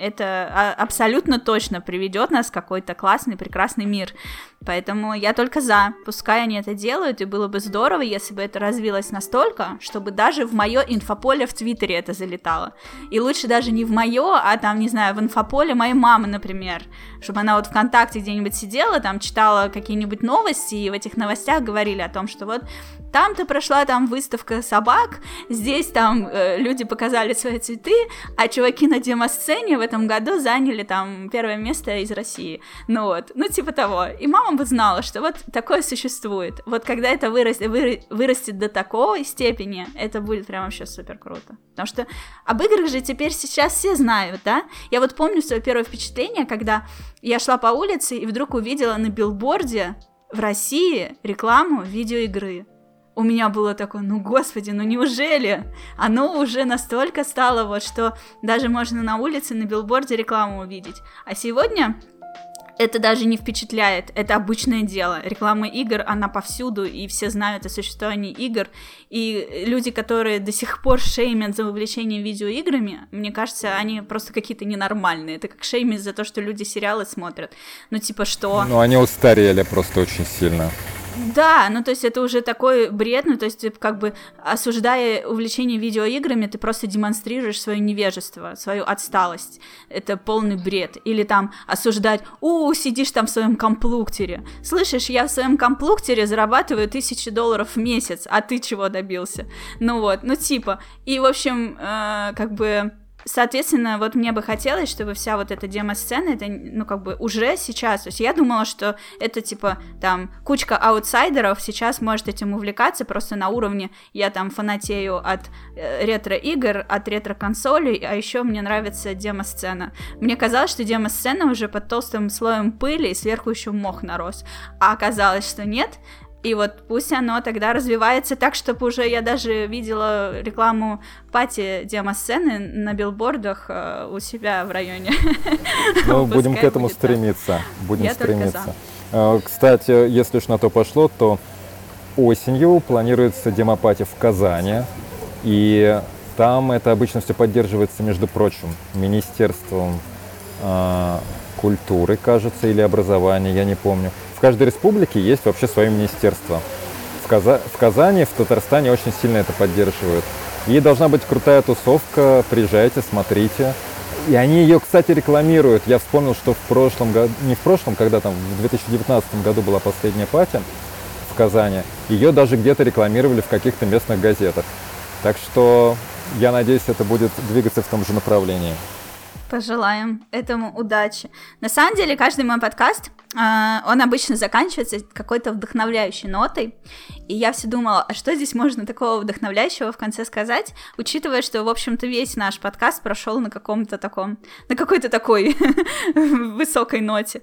это абсолютно точно приведет нас в какой-то классный, прекрасный мир. Поэтому я только за. Пускай они это делают, и было бы здорово, если бы это развилось настолько, чтобы даже в мое инфополе в Твиттере это залетало. И лучше даже не в мое, а там, не знаю, в инфополе моей мамы, например. Чтобы она вот ВКонтакте где-нибудь сидела, там читала какие-нибудь новости, и в этих новостях говорили о том, что вот там-то прошла там выставка собак, здесь там э, люди показали свои цветы, а чуваки на демосцене в этом году заняли там первое место из России. Ну вот, ну типа того. И мама бы знала, что вот такое существует. Вот когда это вырастет, вы, вырастет до такой степени, это будет прям вообще супер круто. Потому что об играх же теперь сейчас все знают, да? Я вот помню свое первое впечатление, когда я шла по улице и вдруг увидела на билборде в России рекламу видеоигры. У меня было такое, ну господи, ну неужели? Оно уже настолько стало, вот, что даже можно на улице на билборде рекламу увидеть. А сегодня это даже не впечатляет, это обычное дело. Реклама игр, она повсюду, и все знают о существовании игр. И люди, которые до сих пор шеймят за увлечение видеоиграми, мне кажется, они просто какие-то ненормальные. Это как шеймить за то, что люди сериалы смотрят. Ну типа что? Ну они устарели просто очень сильно. Да, ну то есть это уже такой бред, ну то есть ты как бы осуждая увлечение видеоиграми, ты просто демонстрируешь свое невежество, свою отсталость, это полный бред. Или там осуждать, у, сидишь там в своем комплуктере, слышишь, я в своем комплуктере зарабатываю тысячи долларов в месяц, а ты чего добился? Ну вот, ну типа, и в общем, э, как бы... Соответственно, вот мне бы хотелось, чтобы вся вот эта демо-сцена, это, ну, как бы уже сейчас, то есть я думала, что это, типа, там, кучка аутсайдеров сейчас может этим увлекаться просто на уровне, я там фанатею от э, ретро-игр, от ретро-консолей, а еще мне нравится демо-сцена. Мне казалось, что демо-сцена уже под толстым слоем пыли, и сверху еще мох нарос, а оказалось, что нет. И вот пусть оно тогда развивается так, чтобы уже я даже видела рекламу пати демо-сцены на билбордах э, у себя в районе. Ну, будем к этому стремиться. Будем я стремиться. Кстати, если уж на то пошло, то осенью планируется демопати в Казани. И там это обычно все поддерживается, между прочим, Министерством э, культуры, кажется, или образования, я не помню. В каждой республике есть вообще свое министерство. В, Каза... в Казани, в Татарстане очень сильно это поддерживают. И должна быть крутая тусовка, приезжайте, смотрите. И они ее, кстати, рекламируют. Я вспомнил, что в прошлом году, не в прошлом, когда там в две тысячи девятнадцатом году была последняя пати в Казани, ее даже где-то рекламировали в каких-то местных газетах. Так что я надеюсь, это будет двигаться в том же направлении. Пожелаем этому удачи. На самом деле, каждый мой подкаст, он обычно заканчивается какой-то вдохновляющей нотой, и я все думала, а что здесь можно такого вдохновляющего в конце сказать, учитывая, что, в общем-то, весь наш подкаст прошел на каком-то таком, на какой-то такой высокой ноте.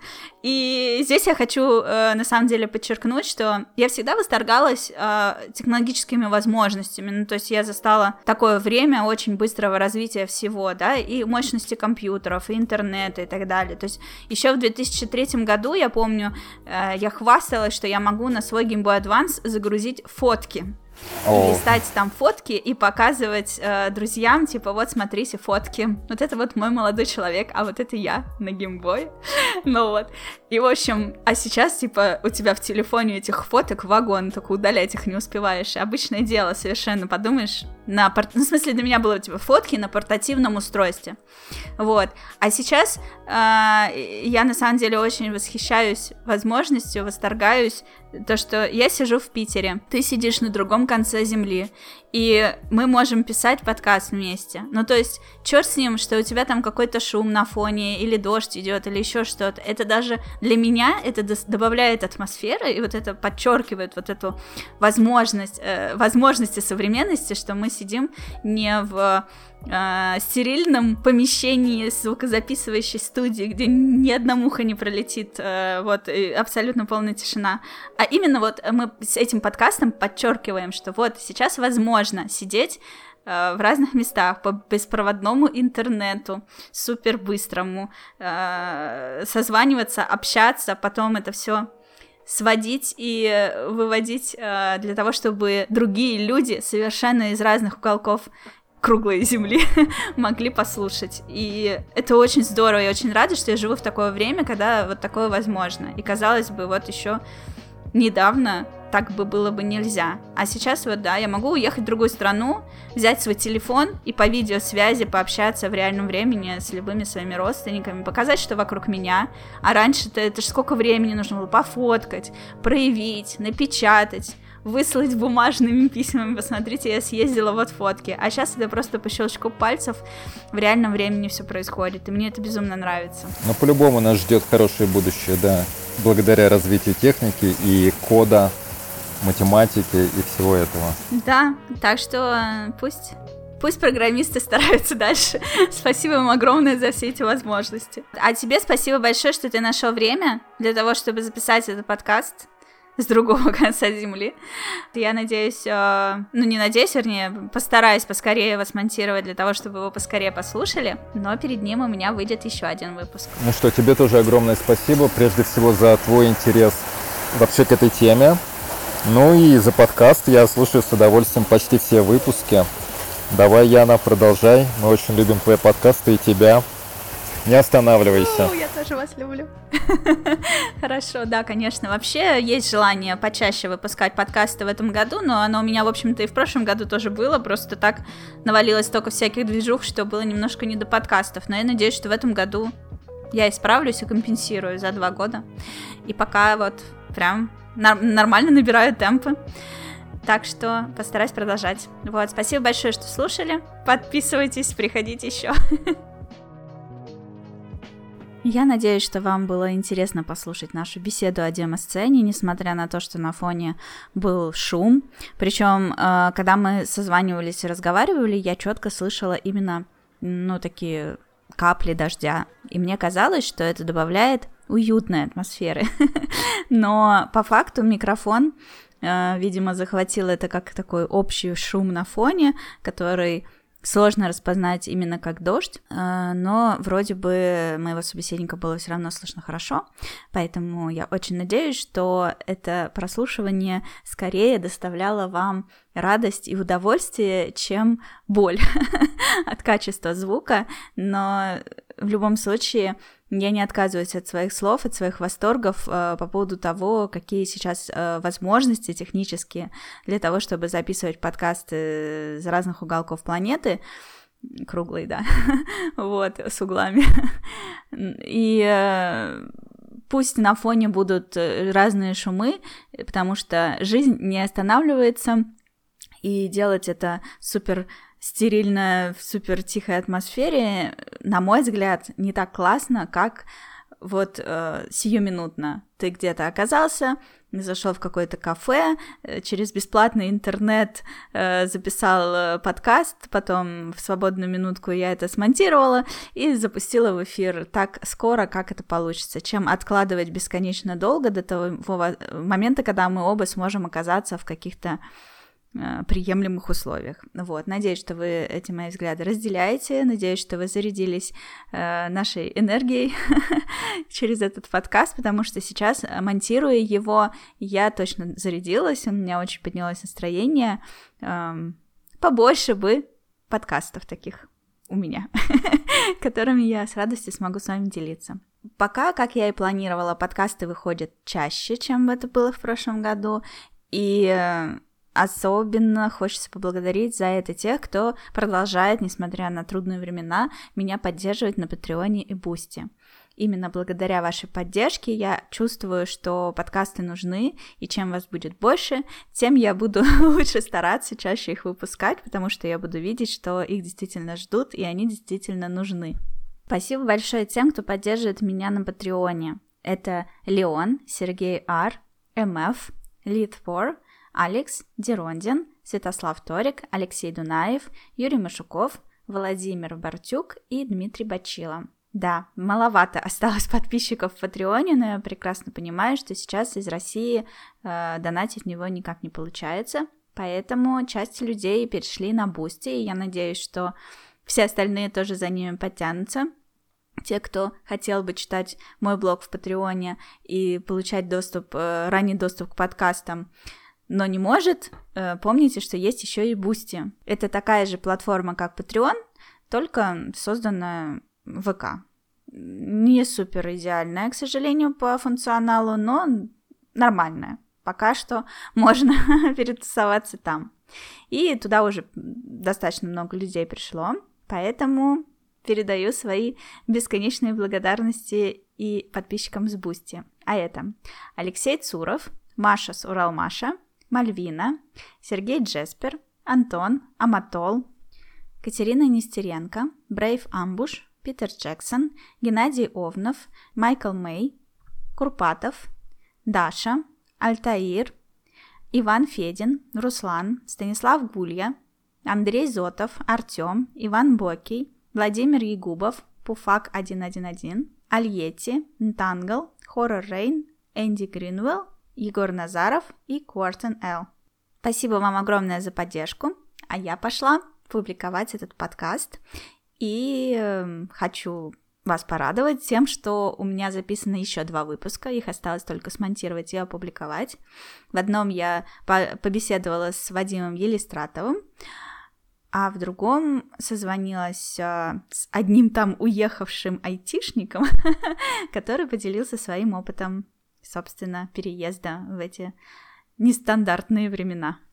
И здесь я хочу, на самом деле, подчеркнуть, что я всегда восторгалась технологическими возможностями, ну, то есть я застала такое время очень быстрого развития всего, да, и мощности компьютеров, и интернета, и так далее. То есть еще в две тысячи третьем году, я помню, я хвасталась, что я могу на свой Game Boy Advance загрузить фотки. И листать там фотки и показывать э, друзьям, типа, вот, смотрите, фотки. Вот это вот мой молодой человек, а вот это я на геймбое. Ну вот. И, в общем, а сейчас, типа, у тебя в телефоне этих фоток вагон, только удалять их не успеваешь. Обычное дело совершенно, подумаешь, на пор... ну, в смысле, для меня было, типа, фотки на портативном устройстве. Вот. А сейчас э, я, на самом деле, очень восхищаюсь возможностью, восторгаюсь, то, что я сижу в Питере, ты сидишь на другом конце земли, и мы можем писать подкаст вместе. Ну, то есть, черт с ним, что у тебя там какой-то шум на фоне, или дождь идет, или еще что-то. Это даже для меня это добавляет атмосферы, и вот это подчеркивает вот эту возможность, э, возможности современности, что мы сидим не в э, стерильном помещении звукозаписывающей студии, где ни одна муха не пролетит, э, вот, и абсолютно полная тишина. А именно вот мы с этим подкастом подчеркиваем, что вот сейчас возможно сидеть э, в разных местах по беспроводному интернету, супер быстрому, э, созваниваться, общаться, потом это все сводить и выводить э, для того, чтобы другие люди совершенно из разных уголков круглой земли могли послушать. И это очень здорово, я очень рада, что я живу в такое время, когда вот такое возможно. И казалось бы, вот еще недавно так бы было бы нельзя. А сейчас вот, да, я могу уехать в другую страну, взять свой телефон и по видеосвязи пообщаться в реальном времени с любыми своими родственниками, показать, что вокруг меня. А раньше-то это ж сколько времени нужно было пофоткать, проявить, напечатать, выслать бумажными письмами, посмотрите, я съездила, вот фотки. А сейчас это просто по щелчку пальцев в реальном времени все происходит, и мне это безумно нравится. Но по-любому нас ждет хорошее будущее, да, благодаря развитию техники и кода, математики и всего этого. Да, так что пусть... Пусть программисты стараются дальше. Спасибо вам огромное за все эти возможности. А тебе спасибо большое, что ты нашел время для того, чтобы записать этот подкаст с другого конца земли. Я надеюсь, э, ну не надеюсь, вернее, постараюсь поскорее его смонтировать для того, чтобы его поскорее послушали, но перед ним у меня выйдет еще один выпуск. Ну что, тебе тоже огромное спасибо, прежде всего за твой интерес вообще к этой теме. Ну и за подкаст я слушаю с удовольствием почти все выпуски. Давай, Яна, продолжай. Мы очень любим твои подкасты и тебя. Не останавливайся. О, я тоже вас люблю. Хорошо, да, конечно. Вообще есть желание почаще выпускать подкасты в этом году, но оно у меня, в общем-то, и в прошлом году тоже было. Просто так навалилось столько всяких движух, что было немножко не до подкастов. Но я надеюсь, что в этом году я исправлюсь и компенсирую за два года. И пока вот прям нормально набираю темпы. Так что постараюсь продолжать. Вот, спасибо большое, что слушали. Подписывайтесь, приходите еще. Я надеюсь, что вам было интересно послушать нашу беседу о демо-сцене, несмотря на то, что на фоне был шум. Причем, когда мы созванивались и разговаривали, я четко слышала именно, ну, такие капли дождя. И мне казалось, что это добавляет уютной атмосферы. Но по факту микрофон, видимо, захватил это как такой общий шум на фоне, который сложно распознать именно как дождь, но вроде бы моего собеседника было все равно слышно хорошо, поэтому я очень надеюсь, что это прослушивание скорее доставляло вам радость и удовольствие, чем боль от качества звука, но в любом случае я не отказываюсь от своих слов, от своих восторгов э, по поводу того, какие сейчас э, возможности технические для того, чтобы записывать подкасты из разных уголков планеты, круглые, да, вот, с углами, и э, пусть на фоне будут разные шумы, потому что жизнь не останавливается, и делать это супер стерильно, в супер тихой атмосфере, на мой взгляд, не так классно, как вот э, сиюминутно. Ты где-то оказался, зашел в какое-то кафе, э, через бесплатный интернет э, записал э, подкаст, потом в свободную минутку я это смонтировала и запустила в эфир так скоро, как это получится, чем откладывать бесконечно долго до того момента, когда мы оба сможем оказаться в каких-то приемлемых условиях. Вот. Надеюсь, что вы эти мои взгляды разделяете, надеюсь, что вы зарядились э, нашей энергией через этот подкаст, потому что сейчас, монтируя его, я точно зарядилась, у меня очень поднялось настроение. Эм, побольше бы подкастов таких у меня, которыми я с радостью смогу с вами делиться. Пока, как я и планировала, подкасты выходят чаще, чем это было в прошлом году, и особенно хочется поблагодарить за это тех, кто продолжает, несмотря на трудные времена, меня поддерживать на Патреоне и Бусти. Именно благодаря вашей поддержке я чувствую, что подкасты нужны, и чем вас будет больше, тем я буду лучше стараться чаще их выпускать, потому что я буду видеть, что их действительно ждут, и они действительно нужны. Спасибо большое тем, кто поддерживает меня на Патреоне. Это Леон, Сергей Ар, МФ, Литфор, Алекс, Дерондин, Святослав Торик, Алексей Дунаев, Юрий Машуков, Владимир Бартюк и Дмитрий Бачило. Да, маловато осталось подписчиков в Патреоне, но я прекрасно понимаю, что сейчас из России э, донатить в него никак не получается, поэтому часть людей перешли на Бусти, и я надеюсь, что все остальные тоже за ними подтянутся. Те, кто хотел бы читать мой блог в Патреоне и получать доступ, э, ранний доступ к подкастам, но не может, помните, что есть еще и Boosty. Это такая же платформа, как Patreon, только созданная в ВК. Не супер идеальная, к сожалению, по функционалу, но нормальная. Пока что можно перетусоваться там. И туда уже достаточно много людей пришло, поэтому передаю свои бесконечные благодарности и подписчикам с Boosty. А это Алексей Цуров, Маша с Уралмаша, Мальвина, Сергей Джеспер, Антон, Аматол, Катерина Нестеренко, Брейв Амбуш, Питер Джексон, Геннадий Овнов, Майкл Мэй, Курпатов, Даша, Альтаир, Иван Федин, Руслан, Станислав Гулья, Андрей Зотов, Артем, Иван Бокий, Владимир Ягубов, Пуфак один один один, Альети, Нтангл, Хоррор Рейн, Энди Гринвелл, Егор Назаров и Куартен Эл. Спасибо вам огромное за поддержку, а я пошла публиковать этот подкаст и э, хочу вас порадовать тем, что у меня записано еще два выпуска, их осталось только смонтировать и опубликовать. В одном я по- побеседовала с Вадимом Елистратовым, а в другом созвонилась э, с одним там уехавшим айтишником, который поделился своим опытом, собственно, переезда в эти нестандартные времена.